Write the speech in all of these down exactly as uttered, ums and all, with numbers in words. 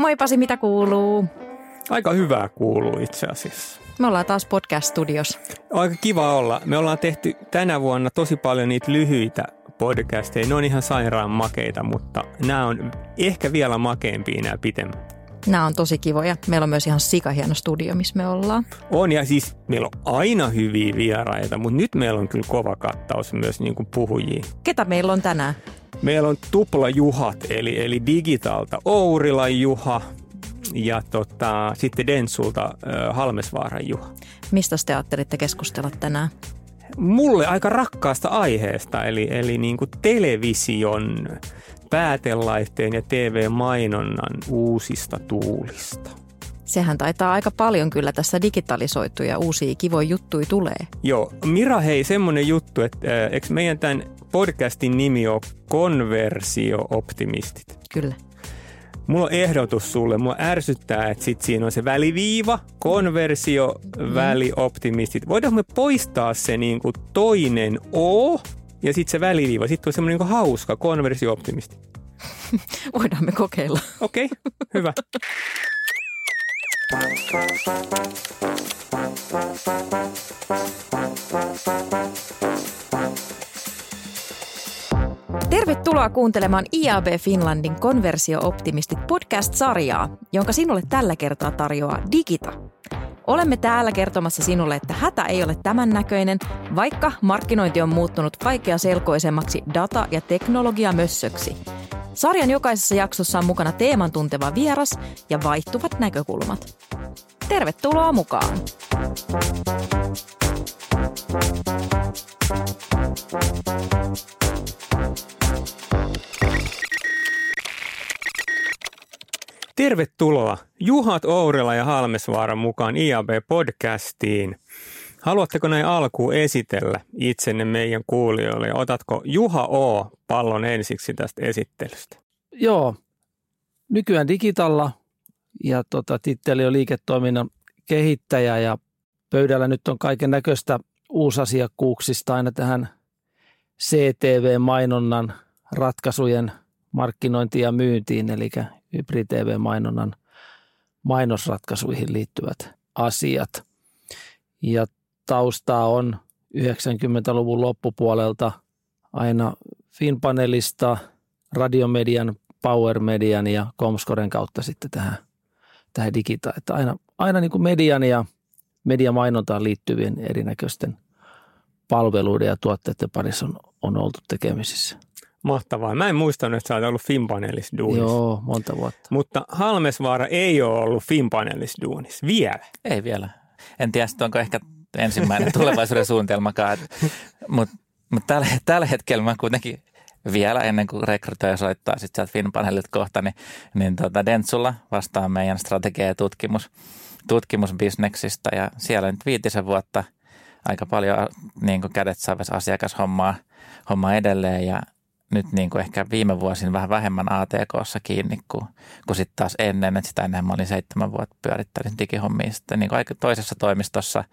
Moi Pasi, mitä kuuluu? Aika hyvää kuuluu itse asiassa. Me ollaan taas podcast-studiossa. Aika kiva olla. Me ollaan tehty tänä vuonna tosi paljon niitä lyhyitä podcasteja. Ne on ihan sairaan makeita, mutta nämä on ehkä vielä makeampia nämä pitemmät. Nämä on tosi kivoja. Meillä on myös ihan sikahieno studio, missä me ollaan. On, ja siis meillä on aina hyviä vieraita, mutta nyt meillä on kyllä kova kattaus myös niin kuin puhujia. Ketä meillä on tänään? Meillä on tupla Juhat, eli, eli Digitalta Ourilan Juha ja tota, sitten Dentsulta äh, Halmesvaaran Juha. Mistä te ajattelitte keskustella tänään? Mulle aika rakkaasta aiheesta, eli, eli niin kuin television, päätelaitteen ja T V-mainonnan uusista tuulista. Sehän taitaa aika paljon kyllä tässä digitalisoitu ja uusia kivoja juttuja tulee. Joo. Mira, hei, semmoinen juttu, että äh, eikö meidän tämän podcastin nimi ole Konversio-optimistit? Kyllä. Mulla on ehdotus sulle. Mua ärsyttää, että sit siinä on se väliviiva, konversio, mm. välioptimistit. Voidaanko me poistaa se niin kuin toinen O ja sitten se väliviiva? Sitten on semmoinen niin kuin hauska konversio-optimisti. Voidaan me kokeilla. Okei, okay, hyvä. Tervetuloa kuuntelemaan I A B Finlandin Konversio-optimistit podcast-sarjaa, jonka sinulle tällä kertaa tarjoaa Digita. Olemme täällä kertomassa sinulle, että hätä ei ole tämän näköinen, vaikka markkinointi on muuttunut vaikeaselkoisemmaksi data- ja teknologiamössöksi. Sarjan jokaisessa jaksossa on mukana teeman tunteva vieras ja vaihtuvat näkökulmat. Tervetuloa mukaan! Tervetuloa Juhat, Ourila ja Halmesvaaran mukaan I A B-podcastiin. Haluatteko näin alkuun esitellä itsenne meidän kuulijoille ja otatko Juha O. pallon ensiksi tästä esittelystä? Joo, nykyään Digitalla ja tota, titteli on liiketoiminnan kehittäjä ja pöydällä nyt on kaiken näköistä uusasiakkuuksista aina tähän C T V-mainonnan ratkaisujen markkinointiin ja myyntiin, eli Hybrid-T V-mainonnan mainosratkaisuihin liittyvät asiat. Ja taustaa on yhdeksänkymmentäluvun loppupuolelta aina Finpanelista, Radiomedian, Power-median ja Comscoren kautta sitten tähän, tähän Digitaan. Että aina, aina niin kuin median ja mediamainontaan liittyvien erinäköisten palveluiden ja tuotteiden parissa on, on oltu tekemisissä. Mahtavaa. Mä en muistanut, että sä oot ollut Finpanelissa duunissa. Joo, monta vuotta. Mutta Halmesvaara ei ole ollut Finpanelissa duunissa vielä. Ei vielä. En tiedä, onko ehkä ensimmäinen tulevaisuuden suunnitelmakaan. Mutta mut tällä, tällä hetkellä mä kuitenkin vielä ennen kuin rekrytoija soittaa sitten sieltä Finpanelilta kohta, niin, niin tota Dentsulla vastaan meidän strategia- ja tutkimus, tutkimusbisneksistä. Ja siellä nyt viitisen vuotta aika paljon niin kuin kädet saavassa asiakashommaa hommaa edelleen ja nyt niin kuin ehkä viime vuosin vähän vähemmän A T K:ssa kiinni kuin, kuin sitten taas ennen. Että sitä ennen mä olin seitsemän vuotta pyörittänyt digihommia sitten niin kuin aika toisessa toimistossa.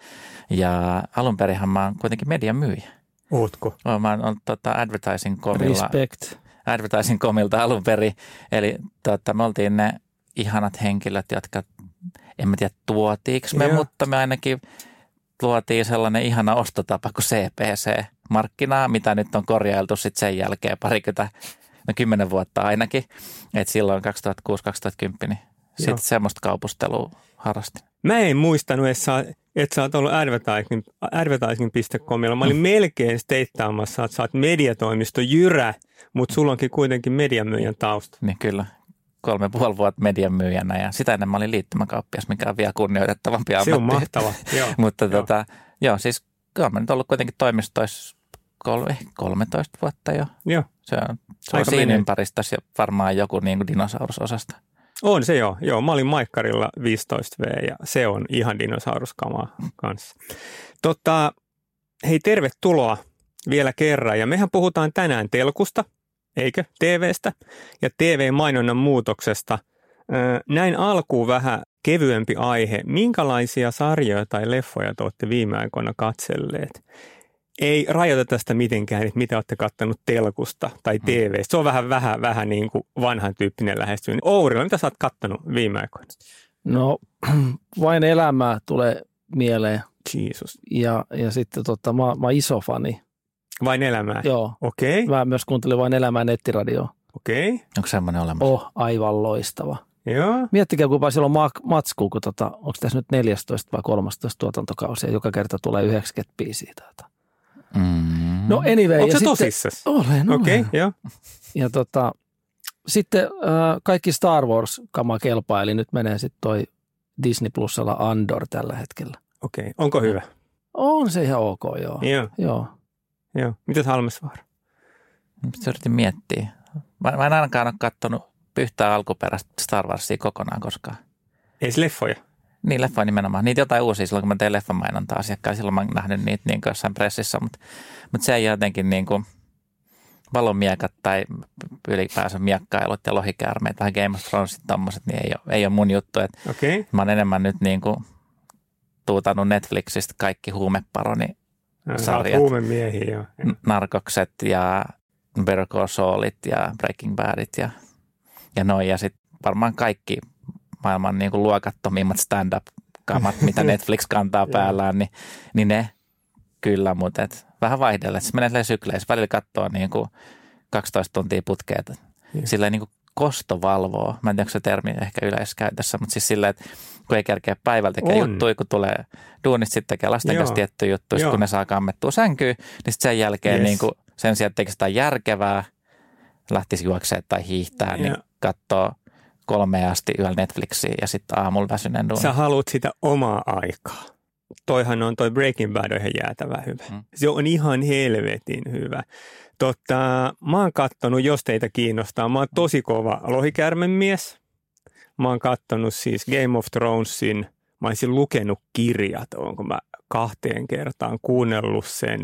Ja alun perinhan mä oon kuitenkin median myyjä. Ootko? Mä oon ollut tota Advertising dot comilla. Respect. Advertising dot comilta alun perin. Eli tota, me oltiin ne ihanat henkilöt, jotka, en mä tiedä tuotiinko me, yeah. mutta me ainakin luotiin sellainen ihana ostotapa kuin C P C-markkinaa, mitä nyt on korjailtu sitten sen jälkeen parikymmentä, no kymmenen vuotta ainakin. Että silloin kaksituhattakuusi kaksituhattakymmenen, niin sitten semmoista kaupustelua harrastin. Mä en muistanut, että sä, että sä oot ollut advertising, advertising dot comilla. Mä olin mm. melkein steittaamassa, että sä oot mediatoimisto Jyrä, mutta sulla onkin kuitenkin mediamyyjän tausta. Niin kyllä. Kolme puoli vuotta median myyjänä ja sitä ennen mä olin liittymäkauppias, mikä on vielä kunnioitettavampi ammatti. Se on mahtava, joo. Mutta joo. Tota, joo, siis olen mä nyt ollut kuitenkin toimistoissa kolme, kolmetoista vuotta jo. Joo. Se on, se on siinä ympäristössä ja varmaan joku niin kuin dinosaurusosasta. On se joo, joo. Mä olin Maikkarilla viisitoista vuotta ja se on ihan dinosauruskamaa kanssa. Tota, hei, tervetuloa vielä kerran ja mehän puhutaan tänään telkusta. Eikö? T V:stä ja T V-mainonnan muutoksesta. Näin alkuun vähän kevyempi aihe. Minkälaisia sarjoja tai leffoja te olette viime aikoina katselleet? ei rajoiteta sitä mitenkään, että mitä olette kattanut telkusta tai T V:stä. Se on vähän, vähän, vähän niin kuin vanhan tyyppinen lähestyminen. Ourila, mitä sä oot kattanut viime aikoina? No Vain elämää tulee mieleen. Jeesus. Ja, ja sitten tota, mä, mä oon iso fani. Vain elämää? Joo. Okei. Okay. Mä myös kuuntelin Vain elämää nettiradioa. Okei. Okay. Onko semmoinen olemassa? Oh, aivan loistava. Joo. Miettikää, kuinka siellä on ma- matskua, kun tota, onko tässä nyt neljästoista vai kolmastoista tuotantokausi ja joka kerta tulee yhdeksänkymmentä biisiä täältä. Mm. No anyway. Onko se tosissas? Olen, Okei, olen. joo. Ja tota, sitten äh, kaikki Star Wars-kama kelpaa, eli nyt menee sitten toi Disney Plusalla Andor tällä hetkellä. Okei, onko hyvä? On se ihan ok, joo. Joo. Joo. Joo. Mitäs Halmesvaara? Mitä yritin miettiä? Mä, mä en ainakaan ole katsonut yhtään alkuperäistä Star Warsia kokonaan koskaan. Ei se leffoja? Niin, leffoja nimenomaan. Niitä jotain uusia silloin, kun mä teen leffamainontaa asiakkaan. Silloin mä oon nähnyt niitä niin jossain pressissä, mutta, mutta se ei jotenkin niin kuin valomiekat tai ylipäänsä miekkailut ja lohikäärmeet, vähän Game of Thronesit tommoset, niin ei ole, ei ole mun juttu. Että okay. Mä oon enemmän nyt niin kuin tuutannut Netflixistä kaikki huumeparoni sarjat. Huumemiehiä, joo. Narkokset ja Better Call Saulit ja Breaking Badit ja, ja noin. Ja sitten varmaan kaikki maailman niin kuin luokattomimmat stand-up-kamat, mitä Netflix kantaa päällään, niin, niin ne kyllä, mutta et vähän vaihdella. Se menee sykleissä. Välillä katsoo niin kuin kaksitoista tuntia putkeet. Silleen niin kuin kosto valvoo. Mä en tiedä, onko se termi ehkä yleiskäytössä, mutta siis silleen, että kun ei kerkeä päivällä tekee juttuja, kun tulee duunista sitten tekee lasten kanssa tiettyjä juttuja, kun ne saa kammettua sänkyyn, niin sitten sen jälkeen yes. niin kuin sen sijaan, että tekisi jotain järkevää, lähtisi juoksemaan tai hiihtää, niin katsoo kolmeen asti yöllä Netflixiä ja sitten aamulla väsyneen duunin. Sä haluat sitä omaa aikaa. Toihan on, toi Breaking Bad on ihan jäätävä hyvä. Hmm. Se on ihan helvetin hyvä. Totta, mä oon kattonut, jos teitä kiinnostaa, mä oon tosi kova lohikäärmemies. Mä oon kattonut siis Game of Thronesin, mä olisin lukenut kirjat, onko mä kahteen kertaan kuunnellut sen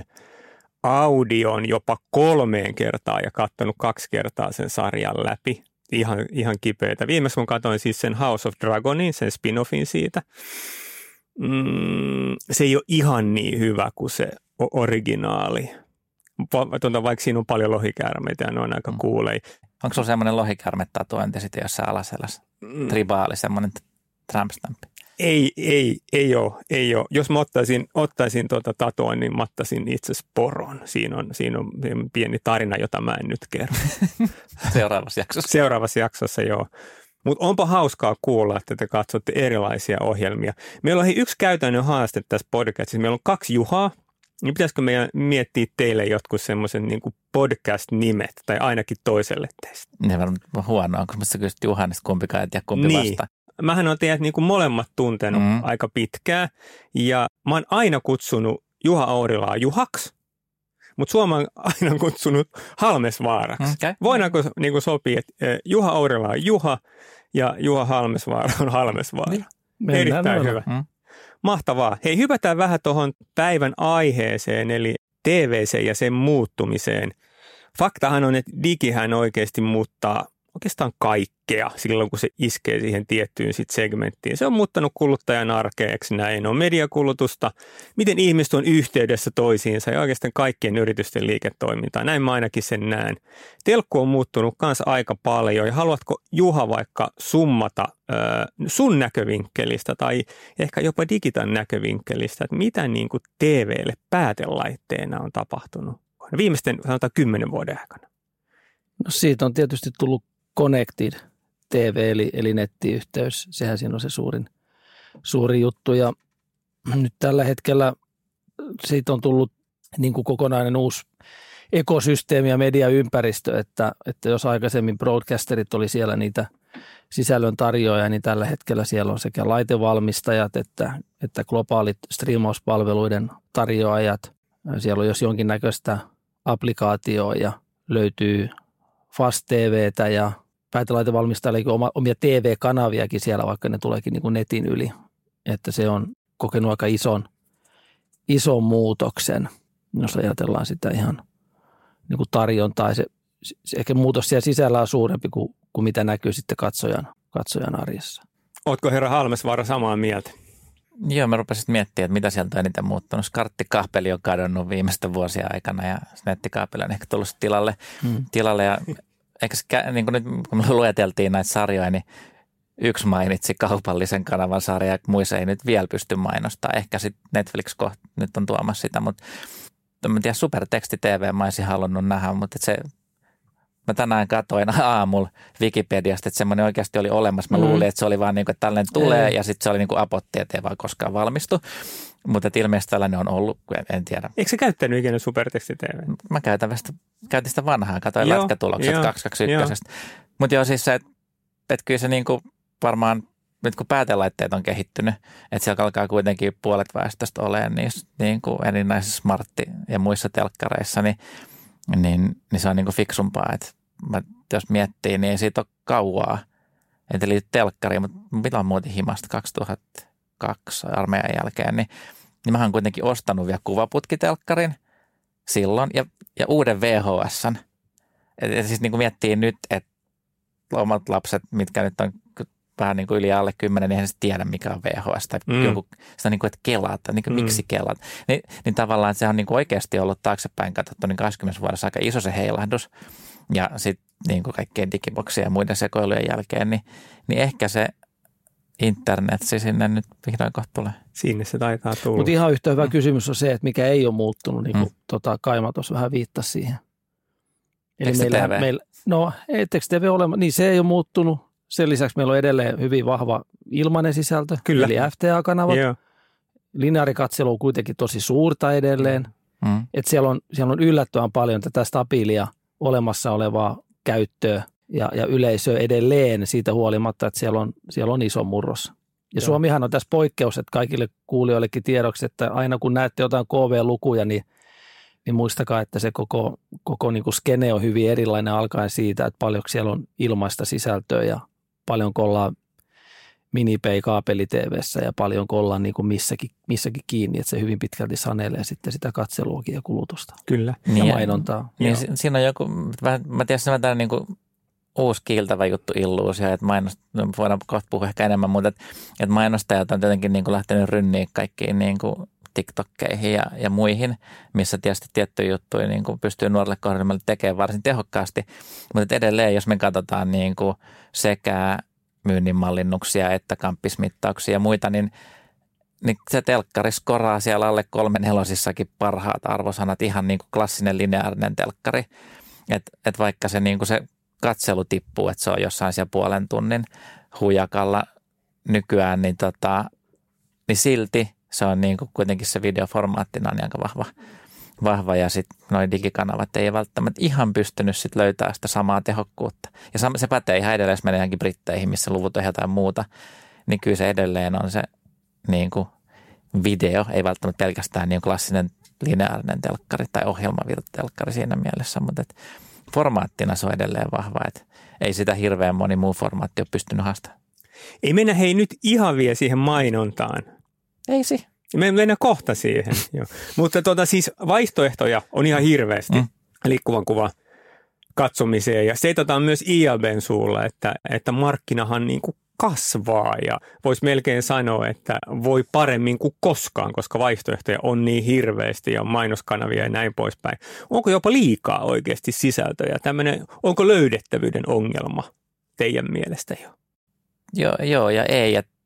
audion jopa kolmeen kertaan ja kattonut kaksi kertaa sen sarjan läpi. Ihan, ihan kipeätä. Viimeksi kun katsoin siis sen House of Dragonin, sen spin-offin siitä. Mm, se ei ole ihan niin hyvä kuin se originaali. Va- vaikka siinä on paljon lohikäärmeitä ja ne on aika kuuleja. Onko sulla semmoinen lohikäärmetatuointi sitten jossain alaselässä? Mm. Tribaali, semmoinen tramp-stampi? Ei, ei, ei ole, ei ole. Jos mä ottaisin, ottaisin tuota tatoa, niin mä ottaisin itse asiassa poron. Siinä on, siinä on pieni tarina, jota mä en nyt kerro. Seuraavassa jaksossa. Seuraavassa jaksossa, joo. Mutta onpa hauskaa kuulla, että te katsotte erilaisia ohjelmia. Meillä on yksi käytännön haaste tässä podcastissa. Meillä on kaksi Juhaa. Niin pitäisikö meidän miettiä teille jotkut semmoisen niin kuin podcast-nimet, tai ainakin toiselle teistä? Ne on huonoa, kun sä kysyt Juhannesta kumpikaan, et ja kumpi niin. vastaa. Mähän on teidät niin kuin molemmat tuntenut mm. aika pitkään, ja mä oon aina kutsunut Juha Aurilaa Juhaksi, mutta Suomi on aina kutsunut Halmesvaaraksi. Okay. Voidaanko niin kuin sopia, että Juha Aurila on Juha, ja Juha Halmesvaara on Halmesvaara? Niin. Erittäin hyvä. Mm. Mahtavaa. Hei, hypätään vähän tuohon päivän aiheeseen, eli T V C ja sen muuttumiseen. Faktahan on, että digihän oikeasti muuttaa oikeastaan kaikkea silloin, kun se iskee siihen tiettyyn sit segmenttiin. Se on muuttanut kuluttajan arkeeksi, näin on mediakulutusta, miten ihmiset on yhteydessä toisiinsa ja oikeastaan kaikkien yritysten liiketoimintaa. Näin mä ainakin sen näen. Telkku on muuttunut kanssa aika paljon ja haluatko Juha vaikka summata äh, sun näkövinkkelistä tai ehkä jopa Digitan näkövinkkelistä, että mitä niin kuin T V:lle päätelaitteena on tapahtunut viimeisten sanotaan kymmenen vuoden aikana? No siitä on tietysti tullut Connected T V eli, eli nettiyhteys. Sehän siinä on se suurin, suurin juttu ja nyt tällä hetkellä siitä on tullut niin kuin kokonainen uusi ekosysteemi ja mediaympäristö, että, että jos aikaisemmin broadcasterit oli siellä niitä sisällön tarjoajia, niin tällä hetkellä siellä on sekä laitevalmistajat että, että globaalit striimauspalveluiden tarjoajat. Siellä on jos jonkinnäköistä applikaatioa ja löytyy Fast T V:tä ja päätelaitevalmistajillekin oma, omia T V-kanaviakin siellä, vaikka ne tuleekin niin kuin netin yli. Että se on kokenut aika ison, ison muutoksen, jos ajatellaan sitä ihan niin kuin tarjontaa. Se, se ehkä muutos siellä sisällä on suurempi kuin, kuin mitä näkyy sitten katsojan, katsojan arjessa. Ootko herra Halmesvaara samaa mieltä? Joo, mä rupesin miettimään, että mitä sieltä on eniten muuttunut. Skarttikaapeli on kadonnut viimeisten vuosien aikana ja nettikaapeli on ehkä tullut tilalle. Hmm. tilalle ja eikö se, niin kuin nyt kun me lueteltiin näitä sarjoja, niin yksi mainitsi kaupallisen kanavan sarja ja muissa ei nyt vielä pysty mainostamaan. Ehkä sitten Netflix kohta nyt on tuomassa sitä, mutta en tiedä, superteksti T V mä olisin halunnut nähdä, mutta se, mä tänään katsoin aamulla Wikipediasta, että semmoinen oikeasti oli olemassa. Mä luulin, mm. että se oli vaan niin kuin, että tällainen tulee ei. Ja sitten se oli niin kuin apotti, että ei vaan koskaan valmistu. Mutta ilmeisesti tällainen on ollut, en tiedä. Eikö sä käyttänyt ikinä superteksti T V? Mä käytän, vasta, käytin sitä vanhaa, katsoin lätkätulokset kaksisataakaksikymmentäyksi. Mutta joo siis se, että et kyllä se niin kuin varmaan, nyt kun päätelaitteet on kehittynyt, että siellä alkaa kuitenkin puolet väestöstä olemaan niissä niin kuin erinäisissä smartti- ja muissa telkkareissa, niin, niin, niin se on niin kuin fiksumpaa. Että mä, jos miettii, niin ei siitä ole kauaa. Että eli telkkari, mutta milloin muutin himasta kaksituhattakaksi armeijan jälkeen, niin, niin mä oon kuitenkin ostanut vielä kuvaputkitelkkarin silloin ja, ja uuden V H S:n. Että siis niin kuin miettii nyt, että omat lapset, mitkä nyt on vähän niin kuin yli alle kymmenen, niin eihän se tiedä, mikä on V H S. Tai mm. joku, sitä niin kuin, että kelata, niin kuin mm. miksi kelat. Ni, niin tavallaan että se on niin kuin oikeasti ollut taaksepäin katsottu niin kaksikymmentä vuodessa aika iso se heilahdus. Ja sitten niin kuin kaikkien digiboksien ja muiden sekoilujen jälkeen, niin, niin ehkä se internet sinne nyt vihdoin kohta tulee. Sinne se taitaa tulla. Mutta ihan yhtä hyvä mm. kysymys on se, että mikä ei ole muuttunut, niin kuin mm. tota, Kaima tuossa vähän viittasi siihen. Eli meillä, meillä, no ei teksti T V ole, niin se ei ole muuttunut. Sen lisäksi meillä on edelleen hyvin vahva ilmainen sisältö, Kyllä. eli F T A-kanavat. Joo. Lineaarikatselu on kuitenkin tosi suurta edelleen. Mm. Että siellä on, siellä on yllättävän paljon tätä stabiilia olemassa olevaa käyttöä ja, ja yleisöä edelleen siitä huolimatta, että siellä on, siellä on iso murros. Ja Joo. Suomihan on tässä poikkeus, että kaikille kuulijoillekin tiedoksi, että aina kun näette jotain K V-lukuja, niin, niin muistakaa, että se koko, koko niin kuin skene on hyvin erilainen alkaen siitä, että paljonko siellä on ilmaista sisältöä ja paljonko ollaan minipay-kaapeli-T V:ssä ja paljonko ollaan niin kuin missäkin, missäkin kiinni, että se hyvin pitkälti sanelee sitten sitä katseluakin ja kulutusta. Kyllä. Ja niin, mainontaa. Niin, siinä on joku, mä, mä tiedän, se on tämmöinen niin kuin uusi kiiltävä juttu illuusio, että mainos, voidaan kohta puhua ehkä enemmän, mutta että, että mainostajat on tietenkin niin kuin lähtenyt rynniin kaikkiin niin kuin TikTokkeihin ja, ja muihin, missä tietysti tiettyjä juttuja niin kuin pystyy nuorille kohdelmalle tekemään varsin tehokkaasti, mutta edelleen, jos me katsotaan niin kuin sekä myynnin mallinnuksia että kamppismittauksia ja muita, niin, niin se telkkari skoraa siellä alle kolmen nelosissakin parhaat arvosanat, ihan niin kuin klassinen lineaarinen telkkari, että et vaikka se, niin kuin se katselu tippuu, että se on jossain siellä puolen tunnin huijakalla nykyään, niin, tota, niin silti se on niin kuin kuitenkin se videoformaattina on aika vahva, vahva ja sitten noi digikanavat ei välttämättä ihan pystynyt sit löytää sitä samaa tehokkuutta. Ja se pätee ihan edelleen, jos menee johonkin Britteihin, missä luvut on jotain muuta, niin kyllä se edelleen on se niin kuin video, ei välttämättä pelkästään niin klassinen lineaarinen telkkari tai ohjelmavirtelkkari siinä mielessä, mutta et formaattina se on edelleen vahva, että ei sitä hirveän moni muu formaatti ole pystynyt haastamaan. Ei mennä hei nyt ihan vielä siihen mainontaan. Ei si. Me mennään kohta siihen, joo. Mutta tuota, siis vaihtoehtoja on ihan hirveästi mm. liikkuvan kuvan katsomiseen. Ja se on myös I A B:n suulla, että, että markkinahan niin kuin kasvaa ja voisi melkein sanoa, että voi paremmin kuin koskaan, koska vaihtoehtoja on niin hirveästi ja mainoskanavia ja näin poispäin. Onko jopa liikaa oikeasti sisältöjä? Tämmöinen, onko löydettävyyden ongelma teidän mielestä jo? Joo, joo ja ei. Että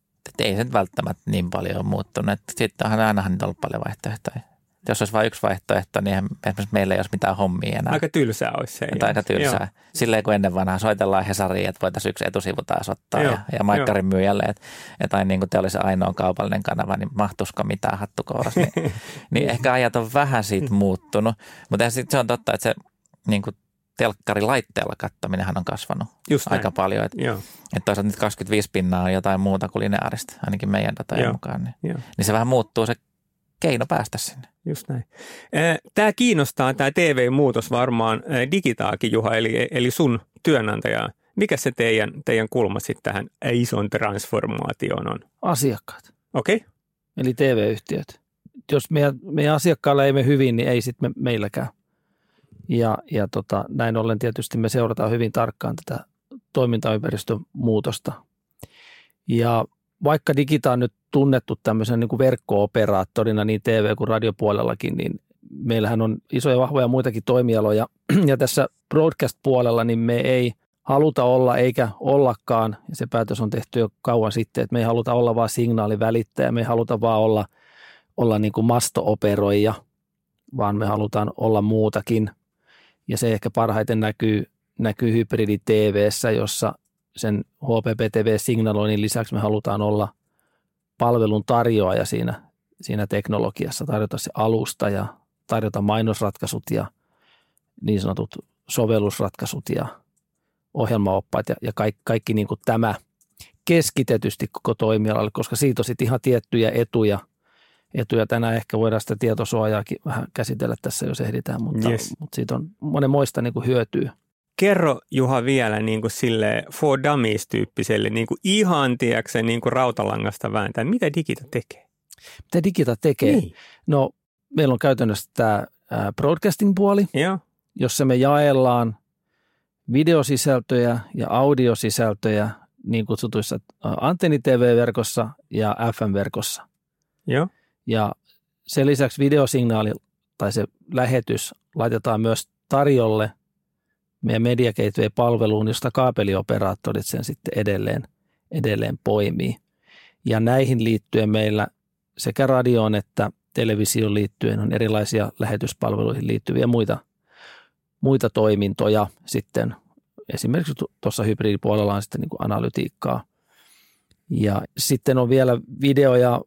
ei se välttämättä niin paljon ole muuttunut. Sitten on ainahan ollut paljon vaihtoehtoja. Jos olisi vain yksi vaihtoehto, niin esimerkiksi meillä ei olisi mitään hommia enää. Aika tylsää olisi se. Aika tylsää. Joo. Silleen kuin ennen vanhaa soitellaan Hesariin, että voitaisiin yksi etusivu taas ottaa. Joo. Ja, ja Maikkarin myyjälle, että, että aina niin kuin te olisi ainoa kaupallinen kanava, niin mahtuisiko mitään hattukourassa. Niin, niin ehkä ajat on vähän siitä muuttunut. Mutta se on totta, että se niin kuin telkkarilaitteella katsominenhan on kasvanut Just aika näin. paljon. Että et toisaalta nyt kaksikymmentäviisi pinnaa on jotain muuta kuin lineaarista, ainakin meidän datojen Joo. mukaan. Niin, niin se vähän muuttuu se keino päästä sinne. Just näin. Tämä kiinnostaa, tämä T V-muutos varmaan Digitaakin, Juha, eli, eli sun työnantaja. Mikä se teidän, teidän kulma sitten tähän ison transformaatioon on? Asiakkaat. Okei. Okay. Eli T V-yhtiöt. Jos meidän, meidän asiakkailla ei mene hyvin, niin ei sitten me, meilläkään. Ja, ja tota, näin ollen tietysti me seurataan hyvin tarkkaan tätä toimintaympäristön muutosta. Ja vaikka Digita on nyt tunnettu tämmöisen niin kuin verkko-operaattorina niin T V- kuin radiopuolellakin, niin meillähän on isoja vahvoja muitakin toimialoja. Ja tässä broadcast-puolella niin me ei haluta olla eikä ollakaan, ja se päätös on tehty jo kauan sitten, että me ei haluta olla vaan signaalivälittäjä, me ei haluta vaan olla, olla niin kuin masto-operoija, vaan me halutaan olla muutakin. Ja se ehkä parhaiten näkyy, näkyy hybridi-T V:ssä, jossa sen H P P T V-signaloinnin lisäksi me halutaan olla palvelun tarjoaja siinä, siinä teknologiassa, tarjota se alusta ja tarjota mainosratkaisut ja niin sanotut sovellusratkaisut ja ohjelmaoppaat ja, ja kaikki, kaikki niin kuin tämä keskitetysti koko toimialalle, koska siitä on sitten ihan tiettyjä etuja. Etuja tänään ehkä voidaan sitä tietosuojaakin vähän käsitellä tässä, jos ehditään, mutta, yes. mutta siitä on monenmoista niin kuin hyötyä. Kerro Juha vielä niin kuin sille for dummies-tyyppiselle niin kuin ihan tiedätkö, niin kuin rautalangasta vääntää. Mitä Digita tekee? Mitä Digita tekee? Niin. No meillä on käytännössä tämä broadcasting-puoli, Joo. jossa me jaellaan videosisältöjä ja audiosisältöjä niin kutsutuissa antenni-T V-verkossa ja F M-verkossa. Joo. Ja sen lisäksi videosignaali tai se lähetys laitetaan myös tarjolle meidän Media Gateway-palveluun, josta kaapelioperaattorit sen sitten edelleen, edelleen poimii. Ja näihin liittyen meillä sekä radioon että televisioon liittyen on erilaisia lähetyspalveluihin liittyviä muita, muita toimintoja sitten. Esimerkiksi tuossa hybridipuolella on sitten niin kuin analytiikkaa. Ja sitten on vielä video- ja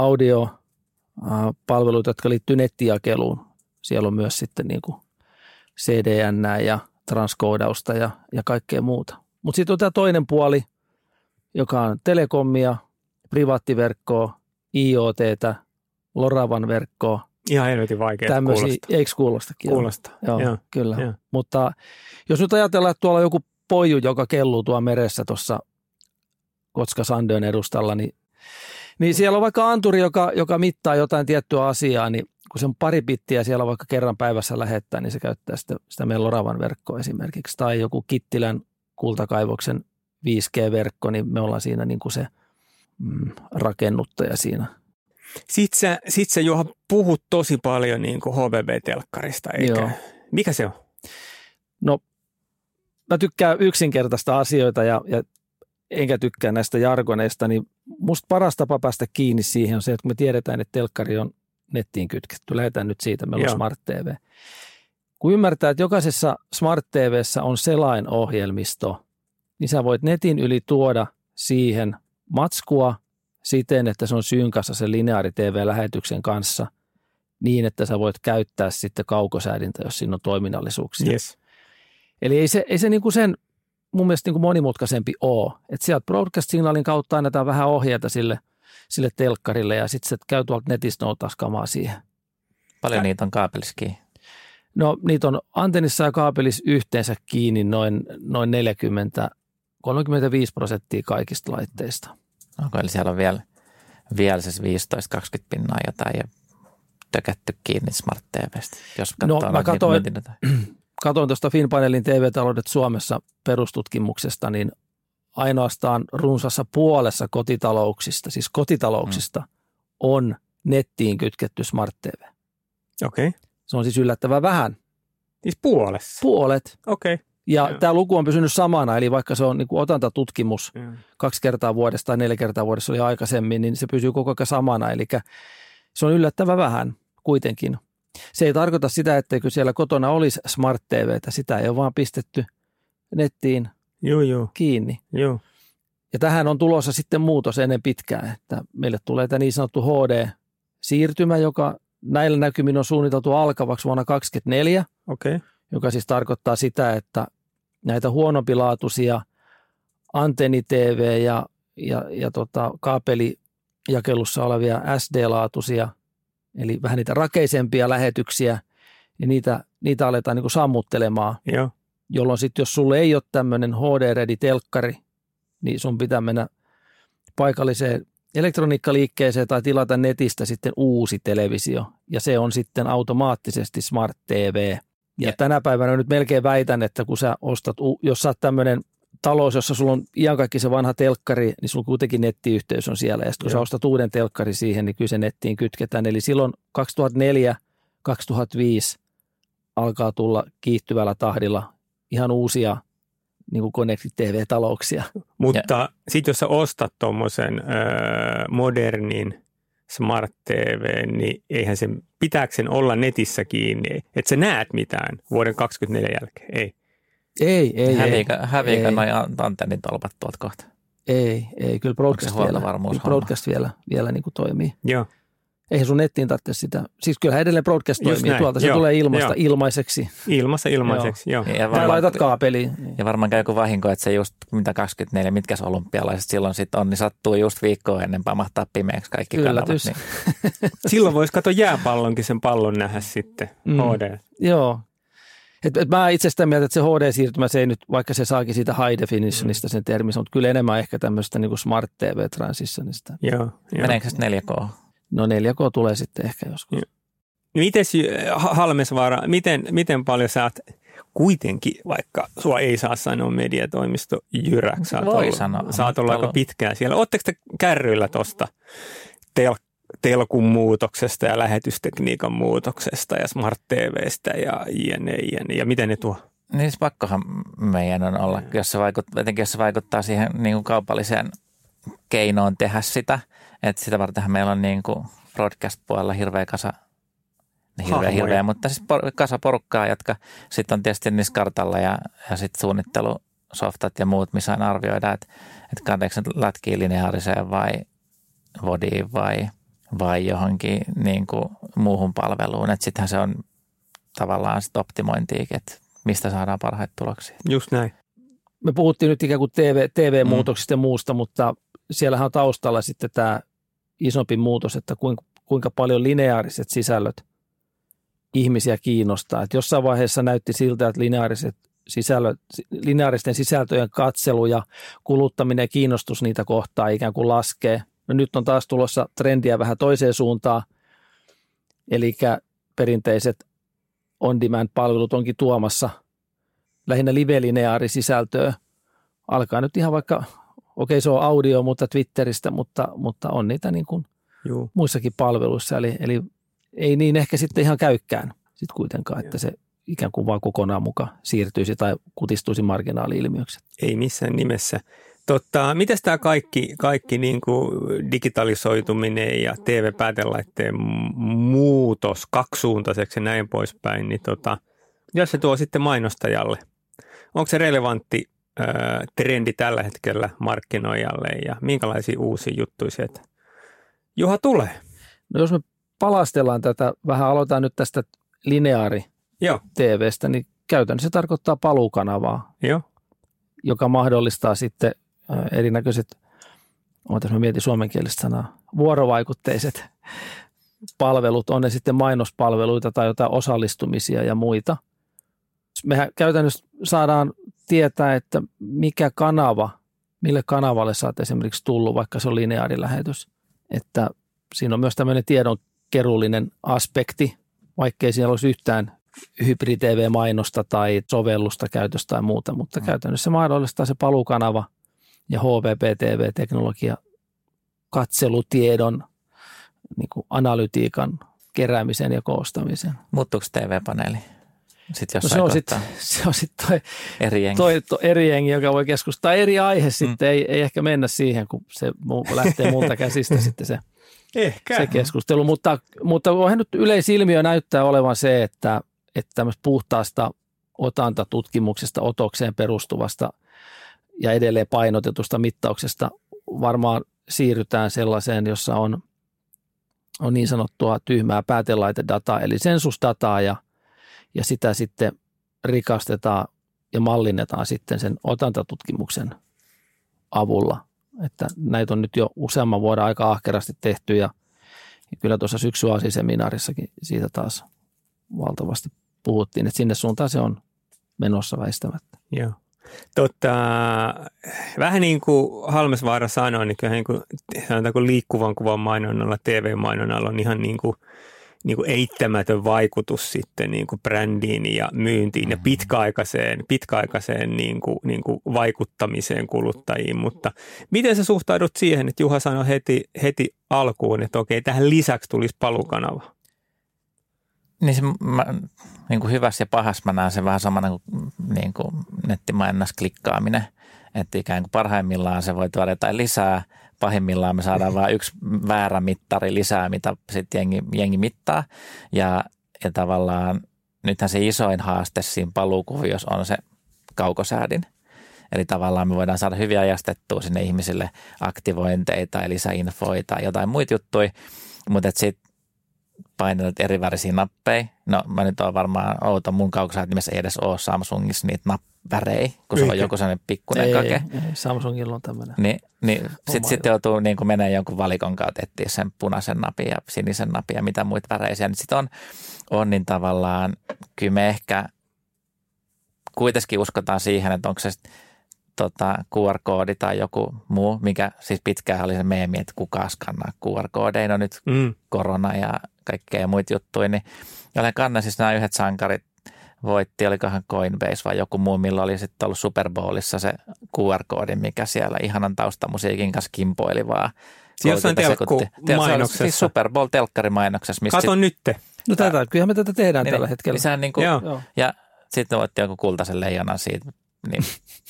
audiopalveluita, jotka liittyy nettijakeluun. Siellä on myös sitten niin kuin C D N ja transkoodausta ja, ja kaikkea muuta. Mutta sitten on tämä toinen puoli, joka on telekomia, privaattiverkkoa, I O T:tä, LoRaWAN verkkoa. Ihan helvetin vaikea kuulostaa. Eikö kuulostakin? Kuulostaa. Joo, Joo, kyllä. joo. Mutta jos nyt ajatellaan, että tuolla on joku poiju, joka kelluu tuolla meressä tuossa Kotska-Sandön edustalla, niin, niin siellä on vaikka anturi, joka, joka mittaa jotain tiettyä asiaa, niin kun se on pari bittiä siellä vaikka kerran päivässä lähettää, niin se käyttää sitä, sitä meidän LoRaWAN verkkoa esimerkiksi. Tai joku Kittilän kultakaivoksen viisi G-verkko, niin me ollaan siinä niin kuin se mm, rakennuttaja siinä. Sitten sä, sit sä Juha puhut tosi paljon niin kuin H B B-telkkarista, eikä? Joo. Mikä se on? No, mä tykkään yksinkertaista asioita ja, ja enkä tykkää näistä jargoneista, niin musta paras tapa päästä kiinni siihen on se, että kun me tiedetään, että telkkari on nettiin kytketty. Lähdetään nyt siitä, meillä on Smart T V. Kun ymmärtää, että jokaisessa Smart T V:ssä on selainohjelmisto, niin sä voit netin yli tuoda siihen matskua siten, että se on synkassa sen lineaari-T V-lähetyksen kanssa niin, että sä voit käyttää sitten kaukosäädintä, jos siinä on toiminnallisuuksia. Yes. Eli ei se, ei se niin kuin sen mun mielestä niin kuin monimutkaisempi ole. Että sieltä broadcast-signaalin kautta annetaan vähän ohjeita sille, sille telkkarille ja sitten se käy tuolta netistä noutas kamaa siihen. Paljon ja, niitä on kaapelis kiinni? No niitä on antennissa ja kaapelissa yhteensä kiinni noin, noin neljäkymmentä kolmekymmentäviisi prosenttia kaikista laitteista. Onko eli siellä on vielä, vielä se viisitoista kaksikymmentä pinnaa jotain ja tökätty kiinni Smart T V:stä, jos katsoo no, mä katoin, katoin tuosta Finpanelin T V-taloudet Suomessa perustutkimuksesta, niin ainoastaan runsassa puolessa kotitalouksista, siis kotitalouksista, mm. on nettiin kytketty Smart T V. Okei. Okay. Se on siis yllättävän vähän. Siis puolessa? Puolet. Okei. Okay. Ja Joo. tämä luku on pysynyt samana, eli vaikka se on niin kuin otantatutkimus Joo. kaksi kertaa vuodessa tai neljä kertaa vuodessa oli aikaisemmin, niin se pysyy koko ajan samana, eli se on yllättävän vähän kuitenkin. Se ei tarkoita sitä, etteikö siellä kotona olisi Smart T V:tä, sitä ei ole vaan pistetty nettiin joo, joo. kiinni. Joo. Ja tähän on tulossa sitten muutos ennen pitkään, että meille tulee tämä niin sanottu H D-siirtymä, joka näillä näkymin on suunniteltu alkavaksi vuonna kaksikymmentäneljä, okay. joka siis tarkoittaa sitä, että näitä huonompilaatuisia antenni-T V ja, ja, ja tota, kaapelijakelussa olevia S D-laatuisia, eli vähän niitä rakeisempia lähetyksiä, niin niitä, niitä aletaan niin kuin sammuttelemaan, Joo. jolloin sitten jos sulle ei ole tämmöinen H D-ready-telkkari, niin sun pitää mennä paikalliseen elektroniikkaliikkeeseen tai tilata netistä sitten uusi televisio, ja se on sitten automaattisesti Smart T V. Ja yeah. tänä päivänä nyt melkein väitän, että kun sä ostat, jos sä oot tämmöinen talous, jossa sulla on ihan kaikki se vanha telkkari, niin sulla kuitenkin nettiyhteys on siellä. Ja sitten kun Joo. sä ostat uuden telkkari siihen, niin kyllä se nettiin kytketään. Eli silloin kaksituhattaneljä kaksituhattaviisi alkaa tulla kiihtyvällä tahdilla ihan uusia niin kuin Connected T V-talouksia. Mutta sitten jos sä ostat tuommoisen öö, modernin Smart T V, niin eihän sen, pitääkö sen olla netissä kiinni, että sä näet mitään vuoden kaksikymmentäneljä jälkeen? Ei. Ei, ei, Häviikö, ei. häviikö ei. noin antennitolpat tuolta kohta? Ei, ei. Kyllä broadcast vielä, kyllä broadcast vielä, vielä niin kuin toimii. Joo. Eihän sun nettiin tarvitse sitä. Siis kyllähän edelleen broadcast Just toimii. näin. Tuolta se Joo. tulee ilmasta Joo. ilmaiseksi. Ilmassa ilmaiseksi, joo. joo. Ja Tai laitat kaapeliin. Ja varmaan käy joku vahinko, että se just mitä kaksikymmentäneljä, mitkä se olympialaiset silloin sitten on, niin sattuu just viikkoa ennen pamahtaa pimeäksi kaikki Yllätys. kanavat. Niin. Silloin voisi katsoa jääpallonkin sen pallon nähdä sitten Mm. H D. Joo. Et, et mä itse sitä mieltä, että se H D-siirtymä, se ei nyt, vaikka se saakin siitä high definitionista sen termistä, mutta kyllä enemmän ehkä tämmöistä niin kuin smart T V-transitionista. Joo, joo. Meneekö se neljä K? No neljä K tulee sitten ehkä joskus. Joo. Mites Halmesvaara, miten, miten paljon sä oot kuitenkin, vaikka sua ei saa sanoa mediatoimisto jyräksi, sä oot Voi ollut, sanoa. sä oot ollut aika pitkään siellä. Ootteko te kärryillä tuosta tel, telkun muutoksesta ja lähetystekniikan muutoksesta ja Smart T V:stä ja jne, jne, ja miten ne tuo? Niin siis pakkohan meidän on olla, jos se vaikuttaa, etenkin jos se vaikuttaa siihen niin kuin kaupalliseen keinoon tehdä sitä, että sitä vartenhan meillä on niin kuin broadcast-puolella hirveä kasa, hirveä, Hahmoja. hirveä, mutta siis por, kasa porukkaa, jotka sitten on tietysti niissä kartalla ja, ja sitten suunnittelusoftat ja muut, missä aina arvioidaan, että, että kanneeko se lätkii lineaariseen vai vodiin vai, vai johonkin niin kuin muuhun palveluun, että sittenhän se on tavallaan sit optimointiikin, että mistä saadaan parhaita tuloksia. Just näin. Me puhuttiin nyt ikään kuin T V, T V-muutoksista ja muusta, mutta siellähän on taustalla sitten tämä isompi muutos, että kuinka, kuinka paljon lineaariset sisällöt ihmisiä kiinnostaa. Että jossain vaiheessa näytti siltä, että lineaariset sisällöt, lineaaristen sisältöjen katselu ja kuluttaminen ja kiinnostus niitä kohtaa ikään kuin laskee. No nyt on taas tulossa trendiä vähän toiseen suuntaan, eli perinteiset on-demand-palvelut onkin tuomassa lähinnä live-lineaarisisältöä. Alkaa nyt ihan vaikka, okei se on audio, mutta Twitteristä, mutta, mutta on niitä niin kuin Juu. muissakin palveluissa. Eli, eli ei niin ehkä sitten ihan käykään sit kuitenkaan, että se ikään kuin vaan kokonaan mukaan siirtyisi tai kutistuisi marginaali-ilmiöksi. Ei missään nimessä. Totta, miten tämä kaikki, kaikki niin kuin digitalisoituminen ja T V-päätelaitteen muutos kaksisuuntaiseksi ja näin poispäin, niin tota, jos se tuo sitten mainostajalle, onko se relevantti ö, trendi tällä hetkellä markkinoijalle ja minkälaisia uusia juttuja sieltä Juha tulee? No jos me palastellaan tätä, vähän aloitetaan nyt tästä lineaari Joo. T V:stä, niin käytännössä se tarkoittaa paluukanavaa, Joo. joka mahdollistaa sitten erinäköiset, ootas mä mietin suomenkielistä sanaa, vuorovaikutteiset palvelut, on ne sitten mainospalveluita tai jotain osallistumisia ja muita. Mehän käytännössä saadaan tietää, että mikä kanava, mille kanavalle sä oot esimerkiksi tullut, vaikka se on lineaarilähetys. Että siinä on myös tämmöinen tiedonkeruullinen aspekti, vaikkei siellä olisi yhtään hybrid-T V-mainosta tai sovellusta käytöstä tai muuta, mutta mm. käytännössä se mahdollistaa se paluukanava ja H V P T V-teknologia katselutiedon niin kuin analytiikan keräämisen ja koostamisen. Muuttuuko T V-paneeli? Sitten No se on sitten se on sit toi, eri jengi. toi, toi eri jengi, joka voi keskustaa. Eri aihe sitten, mm. ei, ei ehkä mennä siihen, kun se lähtee multa käsistä sitten se, Ehkä. se keskustelu. Mutta, mutta voihan nyt yleisilmiö näyttää olevan se, että, että tämmöistä puhtaasta otantatutkimuksesta, otokseen perustuvasta ja edelleen painotetusta mittauksesta varmaan siirrytään sellaiseen, jossa on, on niin sanottua tyhmää päätelaitedataa, eli sensusdataa ja, ja sitä sitten rikastetaan ja mallinnetaan sitten sen otantatutkimuksen avulla. Että näitä on nyt jo useamman vuoden aika ahkerasti tehty ja, ja kyllä tuossa syksyasiseminaarissakin siitä taas valtavasti puhuttiin, että sinne suuntaan se on menossa väistämättä. Joo. Totta, vähän niin kuin Halmesvaara sanoi, niin kyllä niin kuin, sanotaanko liikkuvan kuvan mainonnalla, T V-mainonnalla on ihan niin kuin niin kuin eittämätön vaikutus sitten niin kuin brändiin ja myyntiin ja pitkäaikaiseen, pitkäaikaiseen niin kuin, niin kuin vaikuttamiseen kuluttajiin. Mutta miten sä suhtaudut siihen, että Juha sanoi heti, heti alkuun, että okei, tähän lisäksi tulisi paluukanava? Niin se, mä, niin kuin hyvässä ja pahassa mä näen sen vähän samana kuin, niin kuin nettimainonnassa klikkaaminen. Että ikään kuin parhaimmillaan se voi tuoda jotain lisää, pahimmillaan me saadaan vain yksi väärä mittari lisää, mitä sitten jengi, jengi mittaa. Ja, ja tavallaan nythän se isoin haaste siinä paluukuviossa on se kaukosäädin. Eli tavallaan me voidaan saada hyviä ajastettua sinne ihmisille aktivointeja tai lisäinfoja tai jotain muita juttuja, mutta sitten painetat eri värisiä nappeja. No mä nyt oon varmaan outo, mun kaukosäätimessä ei edes ole Samsungissa niitä nappivärejä, kun se on joku sellainen pikkuinen ei, kake. Ei, ei, Samsungilla on tämmöinen. Niin, niin sitten sit joutuu niin menemään jonkun valikon kautta etsiä sen punaisen napin ja sinisen napin ja mitä muita väreisiä. Niin sitten on, on niin tavallaan, kyllä me ehkä kuitenkin uskotaan siihen, että onko se tota, Q R-koodi tai joku muu, mikä siis pitkään oli se meemi, että kukaan skannaa Q R-koodeja. No nyt mm. korona ja kaikkea muita juttuja, niin olen kannan siis nämä yhdet sankarit voitti, olikohan Coinbase vai joku muu, millä oli sitten ollut Super Bowlissa se Q R-koodi, mikä siellä ihanan taustamusiikin kanssa kimpoili vaan. Jossain telkku-mainoksessa. Siis Super Bowl-telkkarimainoksessa. Kato sit, nytte. No tätä, kyllähän me tätä tehdään niin, tällä hetkellä. Niin, niin kuin, ja sitten voitti joku kultaisen leijonan siitä. Niin,